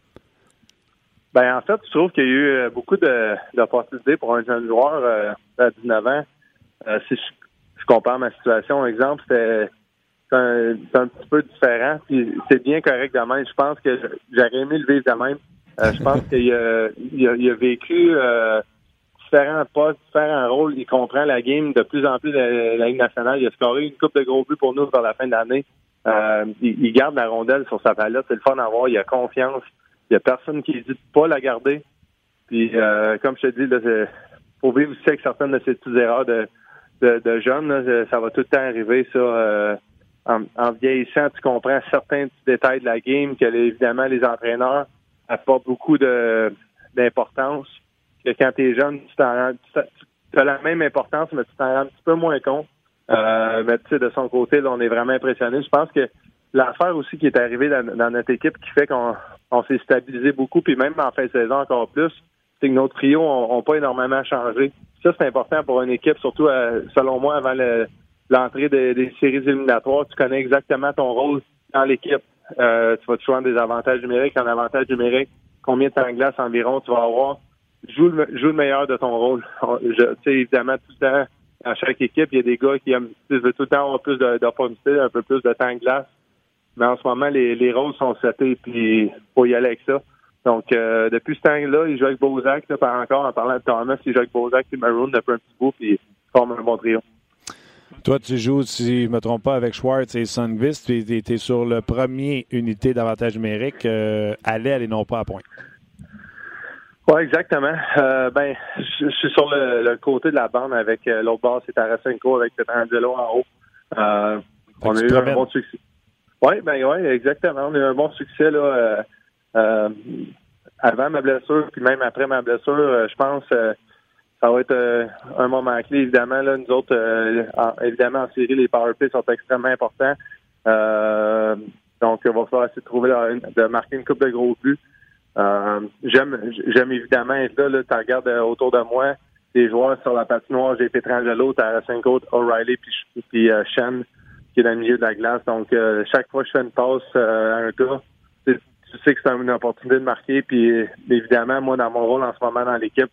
[SPEAKER 5] Ben en fait, je trouve qu'il y a eu beaucoup d'opportunités pour un jeune joueur à 19 ans. Si je compare ma situation, exemple, c'est un petit peu différent. Puis c'est bien correct de même. Je pense que j'aurais aimé le vivre de même. Je pense qu'il a vécu différents postes, différents rôles. Il comprend la game de plus en plus de la Ligue nationale. Il a scoré une coupe de gros buts pour nous vers la fin de l'année. Il garde la rondelle sur sa palette. C'est le fun à voir. Il a confiance. Il n'y a personne qui dit de pas la garder. Puis, comme je te dis, il faut vivre aussi avec certaines de ces petites erreurs de jeunes. Là, ça va tout le temps arriver, ça. En vieillissant, tu comprends certains petits détails de la game que, évidemment, les entraîneurs n'ont pas beaucoup d'importance. Que quand tu es jeune, tu as la même importance, mais tu t'en rends un petit peu moins compte. Mais tu sais, de son côté, là, on est vraiment impressionné. Je pense que l'affaire aussi qui est arrivée dans notre équipe qui fait qu'on s'est stabilisé beaucoup, puis même en fin de saison encore plus, c'est que nos trios n'ont pas énormément changé. Ça, c'est important pour une équipe, surtout, selon moi, avant l'entrée des séries éliminatoires. Tu connais exactement ton rôle dans l'équipe. Tu vas toujours avoir des avantages numériques. En avantage numérique, combien de temps de glace environ tu vas avoir? Joue le meilleur de ton rôle. Tu sais, évidemment, tout le temps, dans chaque équipe, il y a des gars qui aiment tout le temps avoir plus d'opportunités, un peu plus de temps de glace. Mais en ce moment, les rôles sont setés, puis faut y aller avec ça. Donc, depuis ce temps-là, il joue avec Bozak, là, encore en parlant de Thomas, il joue avec Bozak et Maroon depuis un petit bout, puis il forme un bon trio.
[SPEAKER 1] Toi, tu joues, si je ne me trompe pas, avec Schwartz et Sundqvist, puis tu es sur le premier unité d'avantage numérique, à l'aile et non pas à point.
[SPEAKER 5] Oui, exactement. Je suis sur le côté de la bande avec l'autre bord, c'est Tarasenko avec Pietrangelo en haut. On a eu un bon succès. Oui, exactement. On a eu un bon succès là. Avant ma blessure, puis même après ma blessure, je pense ça va être un moment clé, évidemment. Là, nous autres, évidemment, en série, les powerplays sont extrêmement importants. Donc, il va falloir essayer de trouver de marquer une coupe de gros buts. J'aime évidemment être là. Tu regardes autour de moi, des joueurs sur la patinoire, j'ai Pietrangelo, Tarasenko, O'Reilly, puis Shen, qui est dans le milieu de la glace. Donc, chaque fois que je fais une passe à un gars, tu sais que c'est une opportunité de marquer. Puis, évidemment, moi, dans mon rôle en ce moment dans l'équipe,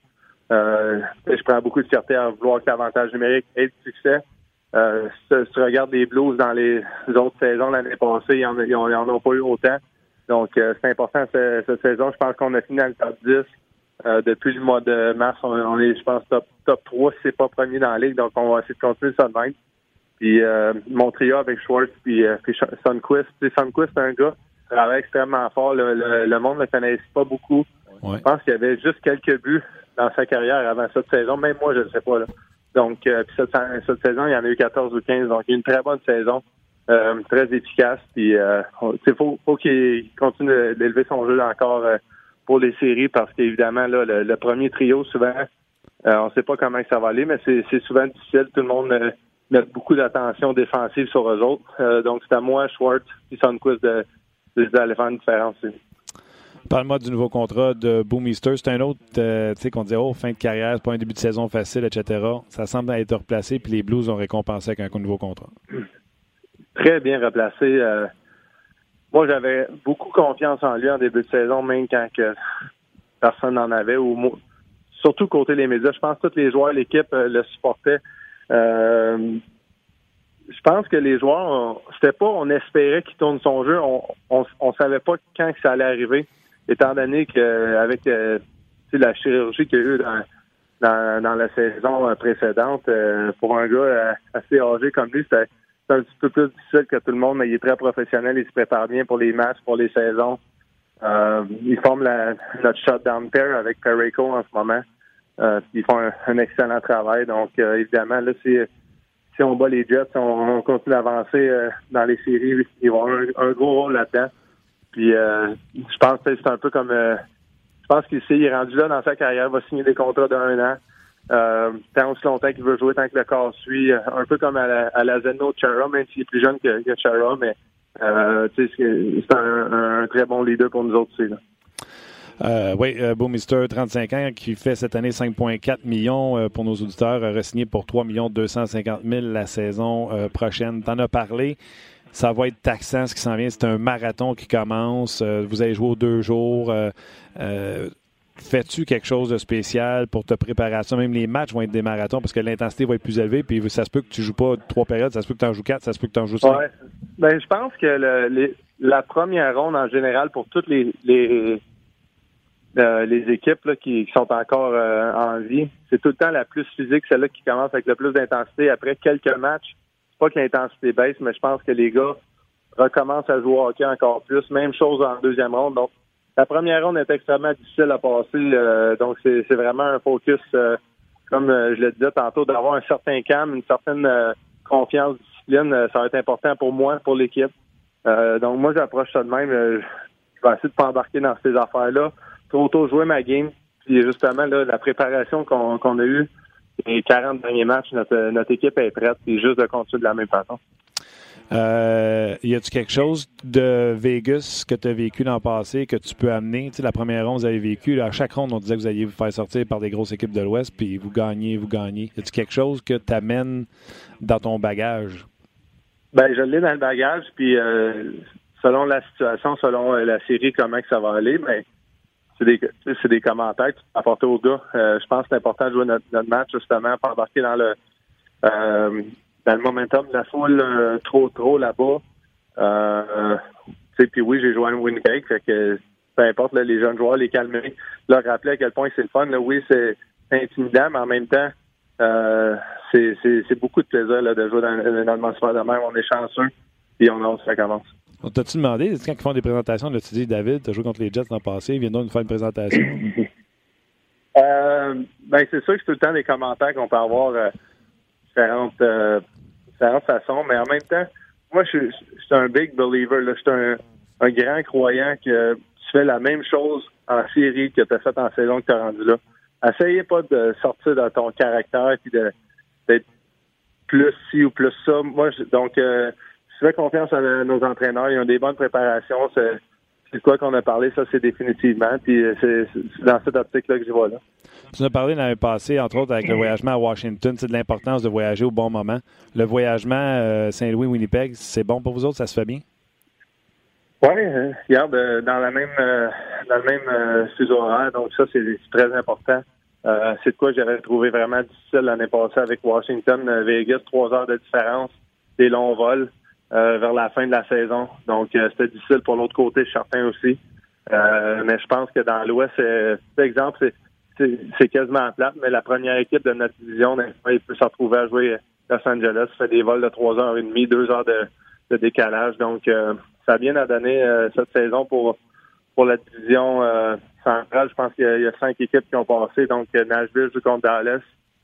[SPEAKER 5] je prends beaucoup de fierté à vouloir que l'avantage numérique ait de succès. Si tu regardes les Blues dans les autres saisons l'année passée, ils en ont pas eu autant. Donc, c'est important cette saison. Je pense qu'on a fini dans le top 10. Depuis le mois de mars, on est, je pense, top 3 si c'est pas premier dans la ligue. Donc, on va essayer de continuer ça de même. Puis, mon trio avec Schwartz puis Sundqvist. Sundqvist, c'est un gars qui travaille extrêmement fort. Le monde ne le connaissait pas beaucoup. Ouais. Je pense qu'il y avait juste quelques buts dans sa carrière avant cette saison. Même moi, je ne sais pas. Là. Donc, puis cette saison, il y en a eu 14 ou 15. Donc, il y a une très bonne saison. Très efficace. Puis, faut qu'il continue d'élever son jeu encore pour les séries parce qu'évidemment, là, le premier trio, souvent, on ne sait pas comment ça va aller, mais c'est souvent difficile. Tout le monde met beaucoup d'attention défensive sur eux autres. Donc, c'est à moi, Schwartz et Sundqvist d'aller faire une différence.
[SPEAKER 1] Parle-moi du nouveau contrat de Bouwmeester. C'est un autre, tu sais, qu'on disait, fin de carrière, c'est pas un début de saison facile, etc. Ça semble être replacé, puis les Blues ont récompensé avec un nouveau contrat.
[SPEAKER 5] Très bien replacé. Moi, j'avais beaucoup confiance en lui en début de saison, même quand que personne n'en avait. Surtout côté les médias. Je pense que tous les joueurs de l'équipe le supportaient. Je pense que les joueurs, on espérait qu'il tourne son jeu. On savait pas quand que ça allait arriver, étant donné qu'avec la chirurgie qu'il y a eu dans la saison précédente, pour un gars assez âgé comme lui, c'était un petit peu plus difficile que tout le monde, mais il est très professionnel, il se prépare bien pour les matchs, pour les saisons. Il forme notre shutdown pair avec Parayko en ce moment. Ils font un excellent travail. Donc, évidemment, là, si on bat les Jets, on continue d'avancer dans les séries, ils vont avoir un gros rôle là-dedans. Puis, je pense que c'est un peu comme... je pense qu'il est rendu là dans sa carrière, il va signer des contrats d'1 an. Tant aussi longtemps qu'il veut jouer, tant que le corps suit, un peu comme à la Zdeno Chara, même s'il est plus jeune que Chara, mais C'est un très bon leader pour nous autres aussi.
[SPEAKER 1] Oui, Bouwmeester, 35 ans, qui fait cette année 5,4 millions pour nos auditeurs, re-signé pour 3 250 000 la saison prochaine. T'en as parlé. Ça va être taxant ce qui s'en vient. C'est un marathon qui commence. Vous allez jouer aux 2 jours. Fais-tu quelque chose de spécial pour te préparer à ça? Même les matchs vont être des marathons parce que l'intensité va être plus élevée. Puis ça se peut que tu joues pas 3 périodes, ça se peut que tu en joues 4, ça se peut que tu en joues 5.
[SPEAKER 5] Ouais. Ben, je pense que la première ronde, en général, pour toutes les équipes là, qui sont encore en vie, c'est tout le temps la plus physique, celle-là qui commence avec le plus d'intensité. Après quelques matchs, c'est pas que l'intensité baisse, mais je pense que les gars recommencent à jouer au hockey encore plus. Même chose en deuxième ronde. Donc, la première ronde est extrêmement difficile à passer. Donc, c'est vraiment un focus, comme je le disais tantôt, d'avoir un certain calme, une certaine confiance, discipline. Ça va être important pour moi, pour l'équipe. Donc, moi, j'approche ça de même. Je vais essayer de pas embarquer dans ces affaires-là. Trop jouer ma game. Puis, justement, là, la préparation qu'on a eue, les 40 derniers matchs, notre équipe est prête. C'est juste de continuer de la même façon.
[SPEAKER 1] Y a-tu quelque chose de Vegas que tu as vécu dans le passé que tu peux amener? Tu sais, la première ronde, vous avez vécu. Là, à chaque ronde, on disait que vous alliez vous faire sortir par des grosses équipes de l'Ouest, puis vous gagnez. Y a-tu quelque chose que tu amènes dans ton bagage? Ben,
[SPEAKER 5] je l'ai dans le bagage, puis selon la situation, selon la série, comment que ça va aller, ben, c'est des commentaires que tu peux apporter aux gars. Je pense que c'est important de jouer notre match, justement, pour embarquer dans le momentum de la foule trop là-bas. Puis oui, j'ai joué à Winnipeg, fait que peu importe, là, les jeunes joueurs, les calmer, leur rappeler à quel point c'est le fun. Là, oui, c'est intimidant, mais en même temps, c'est beaucoup de plaisir là, de jouer dans l'atmosphère de même. On est chanceux, et on a hâte que ça commence.
[SPEAKER 1] T'as-tu demandé, quand ils font des présentations, là, tu dis, David, tu as joué contre les Jets dans le passé, viens donc nous faire une présentation?
[SPEAKER 5] Ben, c'est sûr que c'est tout le temps des commentaires qu'on peut avoir différentes façons, mais en même temps, moi, je suis un big believer. Là. Je suis un grand croyant que tu fais la même chose en série que tu as fait en saison que tu as rendu là. Essayez pas de sortir de ton caractère et d'être plus ci ou plus ça. Moi, je fais confiance à nos entraîneurs. Ils ont des bonnes préparations. C'est quoi qu'on a parlé, ça, c'est définitivement. Puis c'est dans cette optique-là que je vois là.
[SPEAKER 1] Tu nous as parlé l'année passée, entre autres, avec le voyagement à Washington, c'est de l'importance de voyager au bon moment. Le voyagement Saint-Louis-Winnipeg, c'est bon pour vous autres? Ça se fait bien?
[SPEAKER 5] Oui, regarde, dans le même fuseau horaire, donc ça, c'est très important. C'est de quoi j'avais trouvé vraiment difficile l'année passée avec Washington, Vegas, 3 heures de différence, des longs vols vers la fin de la saison. Donc, c'était difficile pour l'autre côté, certains aussi. Mais je pense que dans l'Ouest, par exemple, c'est quasiment plate, mais la première équipe de notre division, il peut se retrouver à jouer Los Angeles, fait des vols de 3h30, 2 heures de décalage. Donc, ça a bien à donner cette saison pour la division centrale. Je pense qu'il y a 5 équipes qui ont passé. Donc, Nashville joue contre Dallas.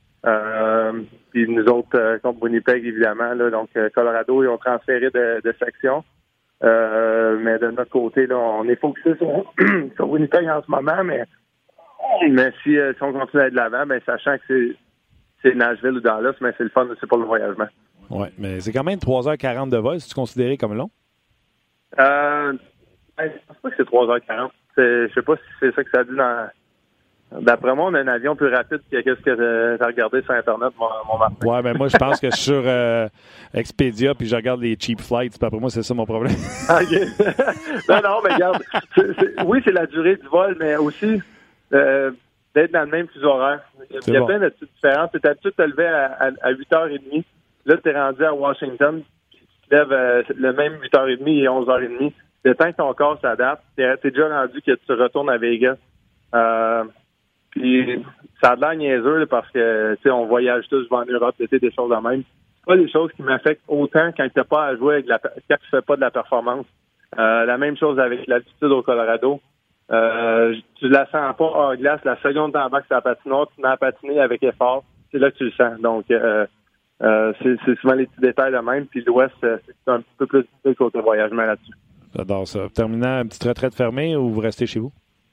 [SPEAKER 5] Puis nous autres contre Winnipeg, évidemment. Là, donc, Colorado, ils ont transféré de section. Mais de notre côté, là, on est focusé sur Winnipeg en ce moment, mais si on continue à être de l'avant, ben, sachant que c'est Nashville ou Dallas, mais c'est le fun aussi pour le voyagement.
[SPEAKER 1] Oui, mais c'est quand même 3h40 de vol, si tu considéré comme long?
[SPEAKER 5] Je pense pas que c'est 3h40. Je sais pas si c'est ça que ça dit dans... D'après moi, on a un avion plus rapide que ce que tu as regardé sur Internet, mon Martin.
[SPEAKER 1] Oui, mais moi, je pense que je suis sur Expedia puis je regarde les cheap flights. Puis après moi, c'est ça mon problème.
[SPEAKER 5] OK. non, mais regarde. Oui, c'est la durée du vol, mais aussi d'être dans le même fuseau horaire. Il y a plein de petites différences. Tu es habitué de te lever à 8h30. Là, tu es rendu à Washington. Tu te lèves le même 8h30 et 11h30. Le temps que ton corps s'adapte, tu es déjà rendu que tu retournes à Vegas. Puis ça a de l'air niaiseux là, parce que tu sais, on voyage tous en Europe, c'était des choses de même. C'est pas des choses qui m'affectent autant quand tu n'as pas à jouer quand tu fais pas de la performance. La même chose avec l'altitude au Colorado. Tu la sens pas hors glace. La seconde t'embarques sur la patinoire, tu n'as patiné avec effort. C'est là que tu le sens. Donc c'est souvent les petits détails de même. Puis l'Ouest, c'est un peu plus difficile côté voyagement là-dessus.
[SPEAKER 1] J'adore ça. Terminant, une petite retraite fermée ou vous restez chez vous?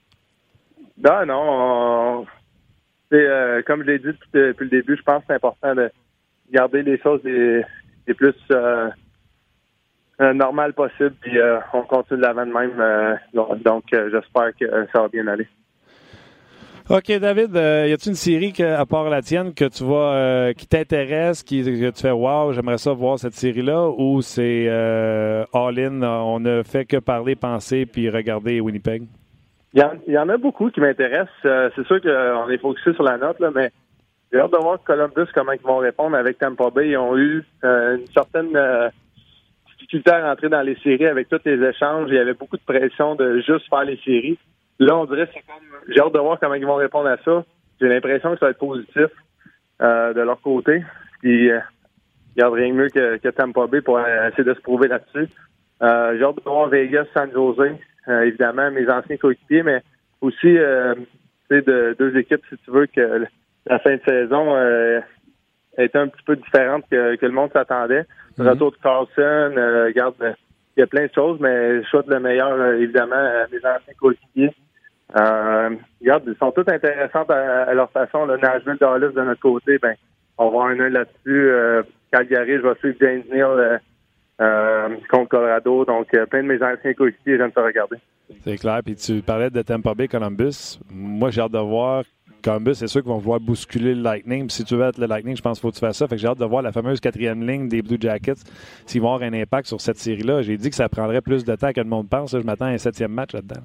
[SPEAKER 5] Non, comme je l'ai dit depuis le début, je pense que c'est important de garder les choses les plus normal possible, puis on continue de l'avant de même. Donc, j'espère que ça va bien aller.
[SPEAKER 1] OK, David, y a-t-il une série à part la tienne que tu vois qui t'intéresse, que tu fais wow, j'aimerais ça voir cette série-là, ou c'est all-in, on ne fait que parler, penser, puis regarder Winnipeg?
[SPEAKER 5] Il y en a beaucoup qui m'intéressent. C'est sûr qu'on est focusé sur la note, là, mais j'ai hâte de voir Columbus, comment ils vont répondre avec Tampa Bay. Ils ont eu une certaine difficulté à rentrer dans les séries avec tous les échanges. Il y avait beaucoup de pression de juste faire les séries. Là, on dirait que c'est comme... J'ai hâte de voir comment ils vont répondre à ça. J'ai l'impression que ça va être positif de leur côté. Puis, il n'y a rien de mieux que Tampa Bay pour essayer de se prouver là-dessus. J'ai hâte de voir Vegas, San Jose. Évidemment, mes anciens coéquipiers, mais aussi de deux équipes, si tu veux, que la fin de saison était un petit peu différente que le monde s'attendait. Le retour de Carlson, regarde, il y a plein de choses, mais je souhaite le meilleur, évidemment, à mes anciens coéquipiers. Regarde, ils sont tous intéressants à leur façon. Le Nashville, Dallas, de notre côté, ben, on va avoir un œil là-dessus. Calgary, je vais suivre James Neal contre Colorado. Donc, plein de mes anciens coéquipiers, j'aime ça regarder.
[SPEAKER 1] C'est clair. Puis tu parlais de Tampa Bay, Columbus. Moi, j'ai hâte de voir Columbus. C'est sûr qu'ils vont vouloir bousculer le Lightning. Puis si tu veux être le Lightning, je pense qu'il faut que tu fasses ça. Fait que j'ai hâte de voir la fameuse 4e ligne des Blue Jackets, s'ils vont avoir un impact sur cette série-là. J'ai dit que ça prendrait plus de temps que le monde pense. Je m'attends à un 7e match là-dedans.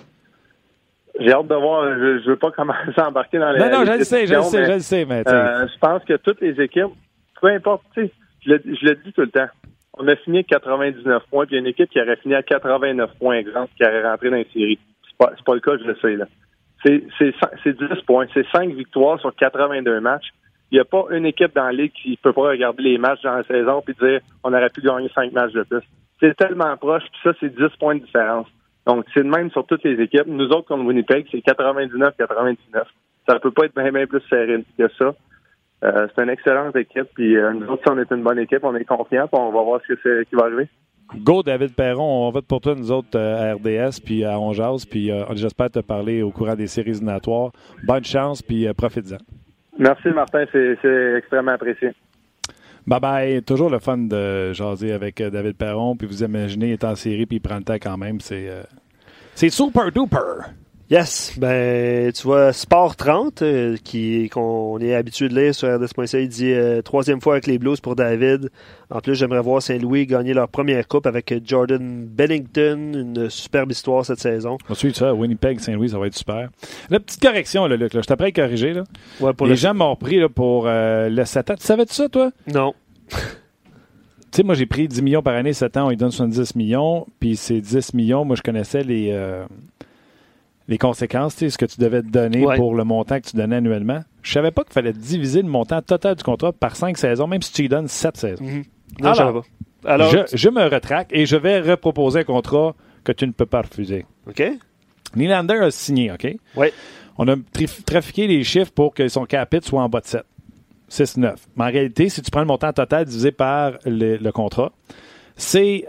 [SPEAKER 5] J'ai hâte de voir. Je veux pas commencer à embarquer dans les.
[SPEAKER 1] Non, je le sais, mais
[SPEAKER 5] je pense que toutes les équipes, peu importe, tu sais, je le dis tout le temps. On a fini à 99 points, puis il y a une équipe qui aurait fini à 89 points exemple, qui aurait rentré dans les séries. C'est pas le cas, je le sais, là. C'est 10 points. C'est 5 victoires sur 82 matchs. Il n'y a pas une équipe dans la Ligue qui peut pas regarder les matchs dans la saison puis dire on aurait pu gagner 5 matchs de plus. C'est tellement proche, puis ça, c'est 10 points de différence. Donc, c'est le même sur toutes les équipes. Nous autres, contre Winnipeg, c'est 99-99. Ça peut pas être bien plus serré que ça. C'est une excellente équipe. Puis nous autres, si on est une bonne équipe, on est confiants. Puis on va voir ce qui va arriver.
[SPEAKER 1] Go, David Perron. On vote pour toi, nous autres, à RDS, puis à On Jase. Puis j'espère te parler au courant des séries éliminatoires. Bonne chance, puis profite-en.
[SPEAKER 5] Merci, Martin. C'est extrêmement apprécié.
[SPEAKER 1] Bye-bye. Toujours le fun de jaser avec David Perron. Puis vous imaginez, il est en série, puis il prend le temps quand même. C'est super-duper.
[SPEAKER 2] Yes, ben tu vois Sport 30 qu'on est habitué de lire sur RDS.ca, il dit troisième fois avec les Blues pour David. En plus, j'aimerais voir Saint-Louis gagner leur première coupe avec Jordan Bennington, une superbe histoire cette saison.
[SPEAKER 1] Ensuite, ça, Winnipeg, Saint-Louis, ça va être super. La petite correction, là, Luc, là, je t'ai prêt à corriger. Là.
[SPEAKER 2] Ouais, pour
[SPEAKER 1] les gens m'ont repris là, pour le 7 ans. Tu savais-tu ça, toi?
[SPEAKER 2] Non.
[SPEAKER 1] Tu sais, moi, j'ai pris 10 millions par année, 7 ans, on lui donne 70 millions. Puis ces 10 millions, moi, je connaissais les conséquences, tu sais, ce que tu devais te donner pour le montant que tu donnais annuellement. Je savais pas qu'il fallait diviser le montant total du contrat par 5 saisons, même si tu lui donnes 7 saisons.
[SPEAKER 2] Mm-hmm. Non, alors
[SPEAKER 1] je me retracte et je vais reproposer un contrat que tu ne peux pas refuser.
[SPEAKER 2] OK.
[SPEAKER 1] Nylander a signé, OK?
[SPEAKER 2] Oui.
[SPEAKER 1] On a trafiqué les chiffres pour que son capite soit en bas de 7. 6-9. Mais en réalité, si tu prends le montant total divisé par le contrat, c'est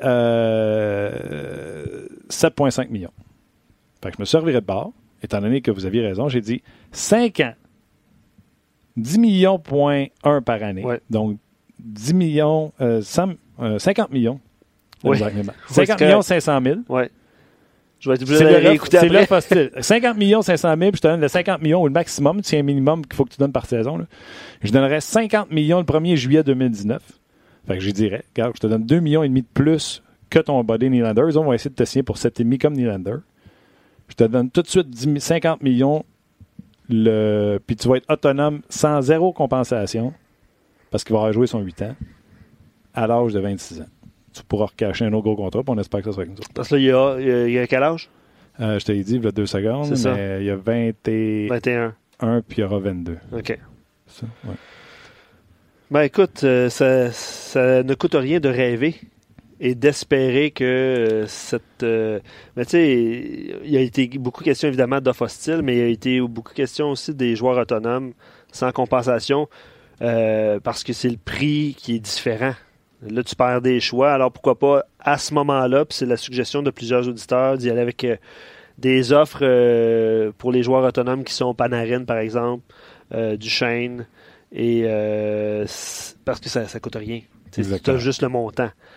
[SPEAKER 1] 7,5 millions. Fait que je me suis reviré de bord, étant donné que vous aviez raison. J'ai dit 5 ans, 10 millions,1 par année. Ouais. Donc, 10 millions, 50 millions.
[SPEAKER 2] Oui.
[SPEAKER 1] 50 millions 500 000.
[SPEAKER 2] Oui. Je vais être obligé de réécouter après.
[SPEAKER 1] C'est l'offre hostile. 50 millions 500 000, puis je te donne le 50 millions ou le maximum. C'est un minimum qu'il faut que tu donnes par saison. Là. Je donnerais 50 millions le 1er juillet 2019. Fait que je dirais, regarde, je te donne 2,5 millions de plus que ton body Nylander. Eux, on va essayer de te signer pour 7,5 comme Nylander. Je te donne tout de suite 50 millions, puis tu vas être autonome sans zéro compensation, parce qu'il va avoir joué son 8 ans, à l'âge de 26 ans. Tu pourras recacher un autre gros contrat, puis on espère que ça sera avec nous autres.
[SPEAKER 2] Parce que là, il y a quel âge?
[SPEAKER 1] Je t'ai dit, il y a 2 secondes, mais ça. Il y a 21, puis il y aura 22.
[SPEAKER 2] OK.
[SPEAKER 1] Ça, ouais.
[SPEAKER 2] Ben écoute, ça ne coûte rien de rêver. Et d'espérer que cette... mais tu sais, il y a été beaucoup question évidemment d'offres hostiles, mais il y a été beaucoup question aussi des joueurs autonomes sans compensation parce que c'est le prix qui est différent. Là, tu perds des choix. Alors pourquoi pas à ce moment-là, puis c'est la suggestion de plusieurs auditeurs d'y aller avec des offres pour les joueurs autonomes qui sont Panarin, par exemple, Duchesne, et parce que ça coûte rien. Tu as juste le montant.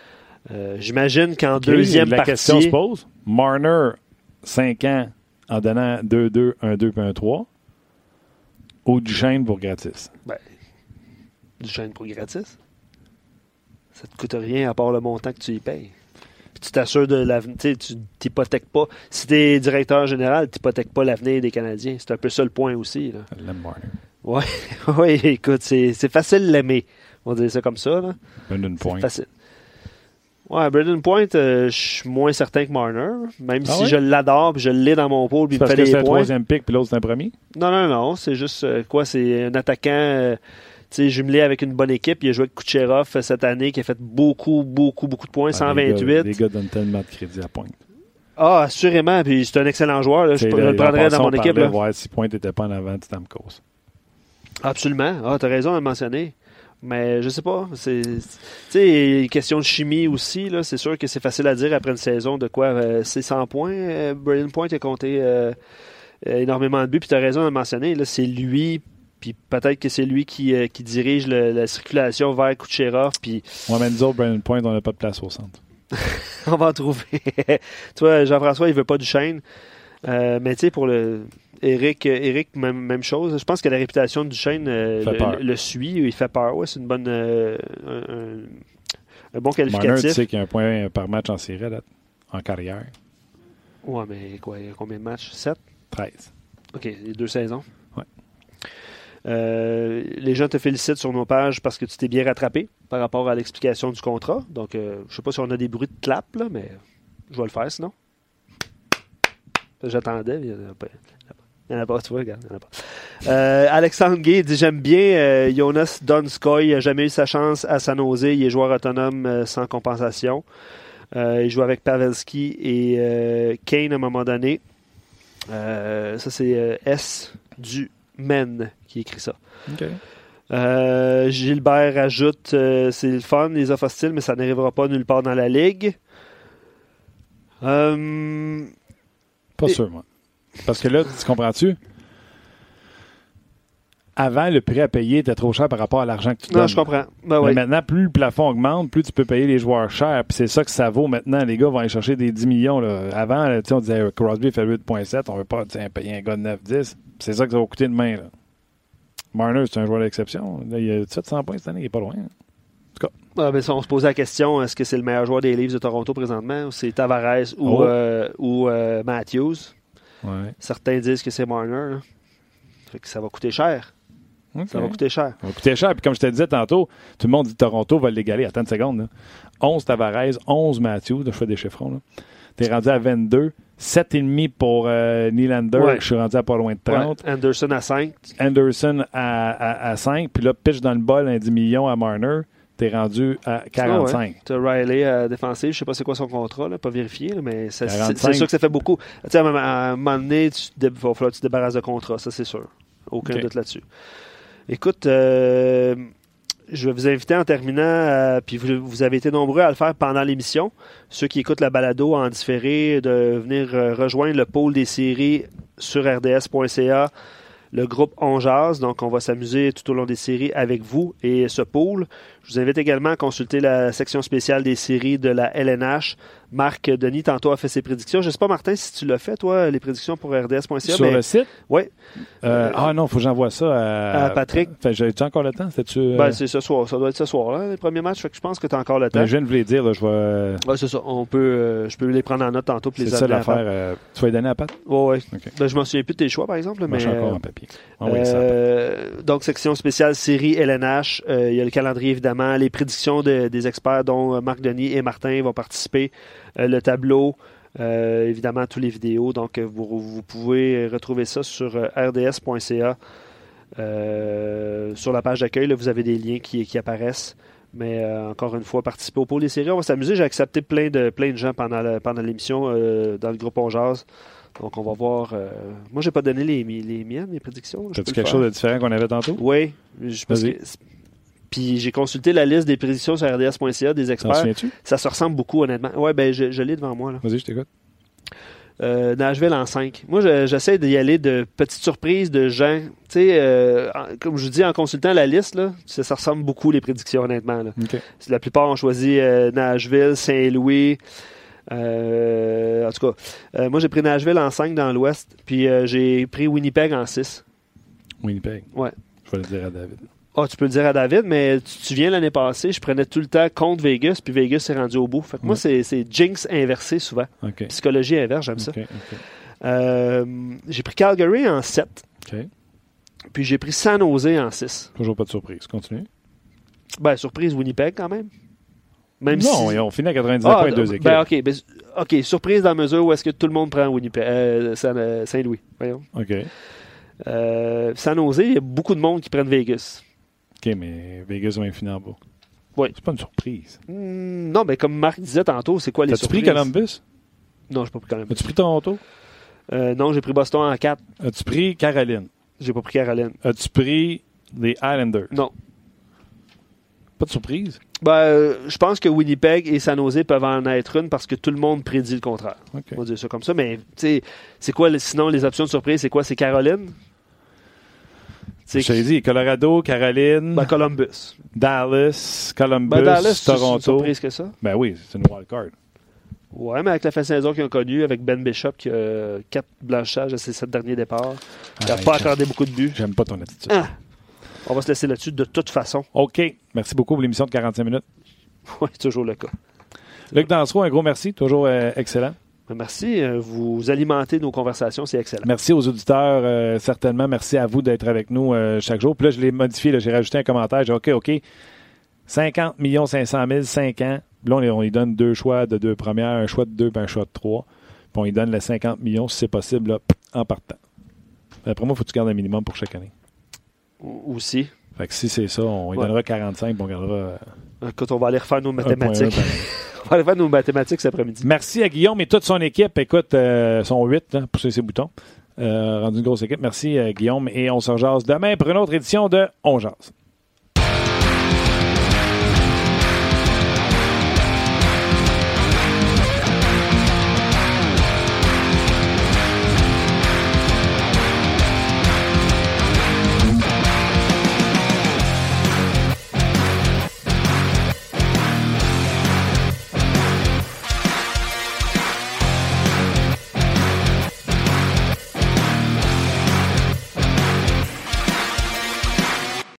[SPEAKER 2] J'imagine qu'en deuxième
[SPEAKER 1] la
[SPEAKER 2] partie...
[SPEAKER 1] La question se pose. Marner, 5 ans, en donnant 2-2, 1-2 puis 1-3, ou Duchesne pour gratis?
[SPEAKER 2] Ben, Duchesne pour gratis. Ça te coûte rien à part le montant que tu y payes. Puis tu t'assures de l'avenir. Tu t'hypothèques pas. Si tu es directeur général, tu n'hypothèques pas l'avenir des Canadiens. C'est un peu ça le point aussi. Là.
[SPEAKER 1] Je l'aime, Marner.
[SPEAKER 2] Oui, écoute, c'est facile de l'aimer. On va dire ça comme ça. Là.
[SPEAKER 1] Brandon Point.
[SPEAKER 2] Facile. Ouais, Brandon Point, je suis moins certain que Marner. Même si je l'adore, puis je l'ai dans mon pôle, puis il me fait des points.
[SPEAKER 1] Parce que c'est un troisième pick, puis l'autre c'est un premier?
[SPEAKER 2] Non. C'est juste, c'est un attaquant jumelé avec une bonne équipe. Il a joué avec Kucherov cette année, qui a fait beaucoup de points, 128.
[SPEAKER 1] Les gars donnent tellement de crédit à Point.
[SPEAKER 2] Ah, assurément, puis c'est un excellent joueur. Là. Je le prendrais dans mon équipe. Là.
[SPEAKER 1] Voir si Point n'était pas en avant de Stamkos.
[SPEAKER 2] Absolument. Ah, t'as raison de le mentionner. Mais je sais pas. C'est question de chimie aussi. Là. C'est sûr que c'est facile à dire après une saison de quoi c'est 100 points. Brandon Point a compté énormément de buts. Puis tu as raison de le mentionner. Là, c'est lui. Puis peut-être que c'est lui qui dirige la circulation vers Kucherov. Puis...
[SPEAKER 1] Moi, mais nous autres, Brandon Point, on n'a pas de place au centre.
[SPEAKER 2] On va en trouver. Toi, Jean-François, il veut pas Duchesne. Mais tu sais, pour le... Eric, même chose. Je pense que la réputation de Duchesne le suit. Il fait peur. Ouais, c'est une bonne, un bon qualificatif.
[SPEAKER 1] Marner, tu sais qu'il y a un point par match en série là, en carrière.
[SPEAKER 2] Ouais, mais quoi, il y a combien de matchs? 7?
[SPEAKER 1] 13.
[SPEAKER 2] OK, les 2 saisons.
[SPEAKER 1] Ouais.
[SPEAKER 2] Les gens te félicitent sur nos pages parce que tu t'es bien rattrapé par rapport à l'explication du contrat. Donc, je sais pas si on a des bruits de clap, là, mais je vais le faire sinon. J'attendais, mais il n'y en a pas. Il n'y en a pas, tu vois, regarde, il n'y en a pas. Alexandre Gay dit « J'aime bien Jonas Donskoy. Il n'a jamais eu sa chance à San Jose. Il est joueur autonome sans compensation. Il joue avec Pavelski et Kane à un moment donné. Ça, c'est S. Dumaine qui écrit ça.
[SPEAKER 1] Okay.
[SPEAKER 2] Gilbert ajoute c'est le fun, les offres hostiles, mais ça n'arrivera pas nulle part dans la ligue.
[SPEAKER 1] Pas sûr, moi. Parce que là, tu comprends-tu? Avant, le prix à payer était trop cher par rapport à l'argent que tu donnes.
[SPEAKER 2] Non, je comprends.
[SPEAKER 1] Mais maintenant, plus le plafond augmente, plus tu peux payer les joueurs chers. Puis c'est ça que ça vaut maintenant. Les gars vont aller chercher des 10 millions. Là. Avant, là, on disait Crosby fait 8,7. On ne veut pas payer un gars de 9-10. C'est ça que ça va coûter demain. Là. Marner, c'est un joueur d'exception. Là, il a 700 points cette année. Il n'est pas loin. Hein. En tout cas.
[SPEAKER 2] Ben, on se posait la question, est-ce que c'est le meilleur joueur des Leafs de Toronto présentement? Ou c'est Tavares ou Matthews?
[SPEAKER 1] Ouais.
[SPEAKER 2] Certains disent que c'est Marner. Fait que ça va coûter cher.
[SPEAKER 1] Okay.
[SPEAKER 2] Ça va coûter cher.
[SPEAKER 1] Ça va coûter cher. Puis comme je te disais tantôt, tout le monde dit que Toronto va l'égaler. Attends une seconde. Là. 11 Tavares, 11 Matthews. Je fais des chiffrons. Tu es rendu à 22. 7,5 pour Nylander. Ouais. Je suis rendu à pas loin de 30.
[SPEAKER 2] Ouais. Anderson à 5.
[SPEAKER 1] Anderson à 5. Puis là, pitch dans le bol un 10 millions à Marner. T'es rendu à 45.
[SPEAKER 2] Ouais. T'as Riley à défensif. Je sais pas c'est quoi son contrat, là, pas vérifié, là, mais c'est sûr que ça fait beaucoup. Tu sais, à un moment donné, il va falloir que tu te débarrasses de contrat, ça c'est sûr. Aucun doute là-dessus. Écoute, je vais vous inviter en terminant, puis vous avez été nombreux à le faire pendant l'émission, ceux qui écoutent la balado en différé, de venir rejoindre le pôle des séries sur rds.ca. Le groupe On Jase, donc on va s'amuser tout au long des séries avec vous et ce pool. Je vous invite également à consulter la section spéciale des séries de la LNH. Marc Denis, tantôt, a fait ses prédictions. Je ne sais pas, Martin, si tu l'as fait, toi, les prédictions pour RDS.ca.
[SPEAKER 1] Sur le site?
[SPEAKER 2] Oui.
[SPEAKER 1] Non, il faut que j'envoie ça
[SPEAKER 2] à Patrick.
[SPEAKER 1] J'ai-tu encore le temps?
[SPEAKER 2] C'est ce soir. Ça doit être ce soir, là, les premiers matchs. Fait que je pense que tu as encore le temps.
[SPEAKER 1] Je viens de vous les dire. Là,
[SPEAKER 2] c'est ça. Je peux les prendre en note tantôt pour les
[SPEAKER 1] amener. C'est ça l'affaire. Tu vas les donner à Pat?
[SPEAKER 2] Oui.
[SPEAKER 1] Okay.
[SPEAKER 2] Ben, je m'en souviens plus de tes choix, par exemple.
[SPEAKER 1] Moi, je suis encore en papier.
[SPEAKER 2] Donc, section spéciale série LNH. Il y a le calendrier, évidemment. Les prédictions des experts, dont Marc Denis et Martin vont participer. Le tableau, évidemment, toutes les vidéos. Donc, vous pouvez retrouver ça sur rds.ca. Sur la page d'accueil, là, vous avez des liens qui apparaissent. Mais encore une fois, participer au pôle des séries. On va s'amuser. J'ai accepté plein de gens pendant l'émission dans le groupe On Jase. Donc, on va voir. Moi, j'ai pas donné les miennes, mes prédictions.
[SPEAKER 1] T'as-tu quelque chose de différent qu'on avait tantôt?
[SPEAKER 2] Oui. Puis j'ai consulté la liste des prédictions sur rds.ca des experts.
[SPEAKER 1] T'en souviens-tu?
[SPEAKER 2] Ça se ressemble beaucoup, honnêtement. Oui, ben je l'ai devant moi. Là.
[SPEAKER 1] Vas-y, je t'écoute.
[SPEAKER 2] Nashville en 5. Moi, j'essaie d'y aller de petites surprises de gens. Tu sais, comme je vous dis, en consultant la liste, là, ça ressemble beaucoup les prédictions, honnêtement. Là.
[SPEAKER 1] Okay.
[SPEAKER 2] La plupart ont choisi Nashville, Saint-Louis. En tout cas, moi, j'ai pris Nashville en 5 dans l'Ouest, puis j'ai pris Winnipeg en 6.
[SPEAKER 1] Winnipeg?
[SPEAKER 2] Ouais.
[SPEAKER 1] Je vais le dire à David.
[SPEAKER 2] Ah, tu peux le dire à David, mais tu te souviens, l'année passée, je prenais tout le temps contre Vegas, puis Vegas s'est rendu au bout. Fait que moi, c'est jinx inversé souvent.
[SPEAKER 1] Okay.
[SPEAKER 2] Psychologie inverse, j'aime ça.
[SPEAKER 1] Okay.
[SPEAKER 2] J'ai pris Calgary en 7.
[SPEAKER 1] Okay.
[SPEAKER 2] Puis j'ai pris San Jose en 6.
[SPEAKER 1] Toujours pas de surprise. Continue.
[SPEAKER 2] Ben, surprise Winnipeg quand même.
[SPEAKER 1] Non, si... on finit à 99 points et 2 équipes.
[SPEAKER 2] Ben, OK, surprise dans la mesure où est-ce que tout le monde prend Winnipeg, Saint-Louis. Voyons.
[SPEAKER 1] OK.
[SPEAKER 2] San Jose, il y a beaucoup de monde qui prennent Vegas.
[SPEAKER 1] OK, mais Vegas va finir en bas.
[SPEAKER 2] Oui.
[SPEAKER 1] C'est pas une surprise.
[SPEAKER 2] Non, mais comme Marc disait tantôt, c'est quoi les surprises?
[SPEAKER 1] As-tu pris Columbus?
[SPEAKER 2] Non, j'ai pas pris Columbus.
[SPEAKER 1] As-tu pris Toronto?
[SPEAKER 2] Non, j'ai pris Boston en 4.
[SPEAKER 1] As-tu pris Caroline?
[SPEAKER 2] J'ai pas pris Caroline.
[SPEAKER 1] As-tu pris les Islanders?
[SPEAKER 2] Non.
[SPEAKER 1] Pas de surprise?
[SPEAKER 2] Ben, je pense que Winnipeg et San Jose peuvent en être une parce que tout le monde prédit le contraire.
[SPEAKER 1] Okay.
[SPEAKER 2] On va dire ça comme ça. Mais, tu sais, c'est quoi, sinon, les options de surprise, c'est quoi? C'est Caroline?
[SPEAKER 1] Je t'ai dit, Colorado, Caroline,
[SPEAKER 2] ben, Columbus,
[SPEAKER 1] Dallas, Toronto.
[SPEAKER 2] C'est une surprise que ça?
[SPEAKER 1] Ben oui, c'est une wild card.
[SPEAKER 2] Ouais, mais avec la fin de saison qu'ils ont connue, avec Ben Bishop qui a 4 blanchages à ses 7 derniers départs, qui n'a pas accordé beaucoup de buts.
[SPEAKER 1] J'aime pas ton attitude.
[SPEAKER 2] On va se laisser là-dessus de toute façon.
[SPEAKER 1] OK. Merci beaucoup pour l'émission de 45 minutes.
[SPEAKER 2] Oui, toujours le cas.
[SPEAKER 1] Luc Dansereau, un gros merci. Toujours excellent.
[SPEAKER 2] Merci. Vous alimentez nos conversations. C'est excellent.
[SPEAKER 1] Merci aux auditeurs. Certainement. Merci à vous d'être avec nous chaque jour. Puis là, je l'ai modifié. Là, j'ai rajouté un commentaire. J'ai dit OK. 50 500 000, 5 ans. Là, on lui donne 2 choix de 2 premières, un choix de 2 puis un choix de 3. Puis on lui donne les 50 millions, si c'est possible, là, en partant. Après moi, il faut que tu gardes un minimum pour chaque année.
[SPEAKER 2] Aussi.
[SPEAKER 1] Fait que si c'est ça, on lui donnera 45 puis on gardera...
[SPEAKER 2] Écoute, on va aller refaire nos mathématiques. On va aller faire nos mathématiques cet après-midi.
[SPEAKER 1] Merci à Guillaume et toute son équipe. Écoute, sont 8, hein, pousser ses boutons. Rendu une grosse équipe. Merci Guillaume. Et on se rejase demain pour une autre édition de On Jase.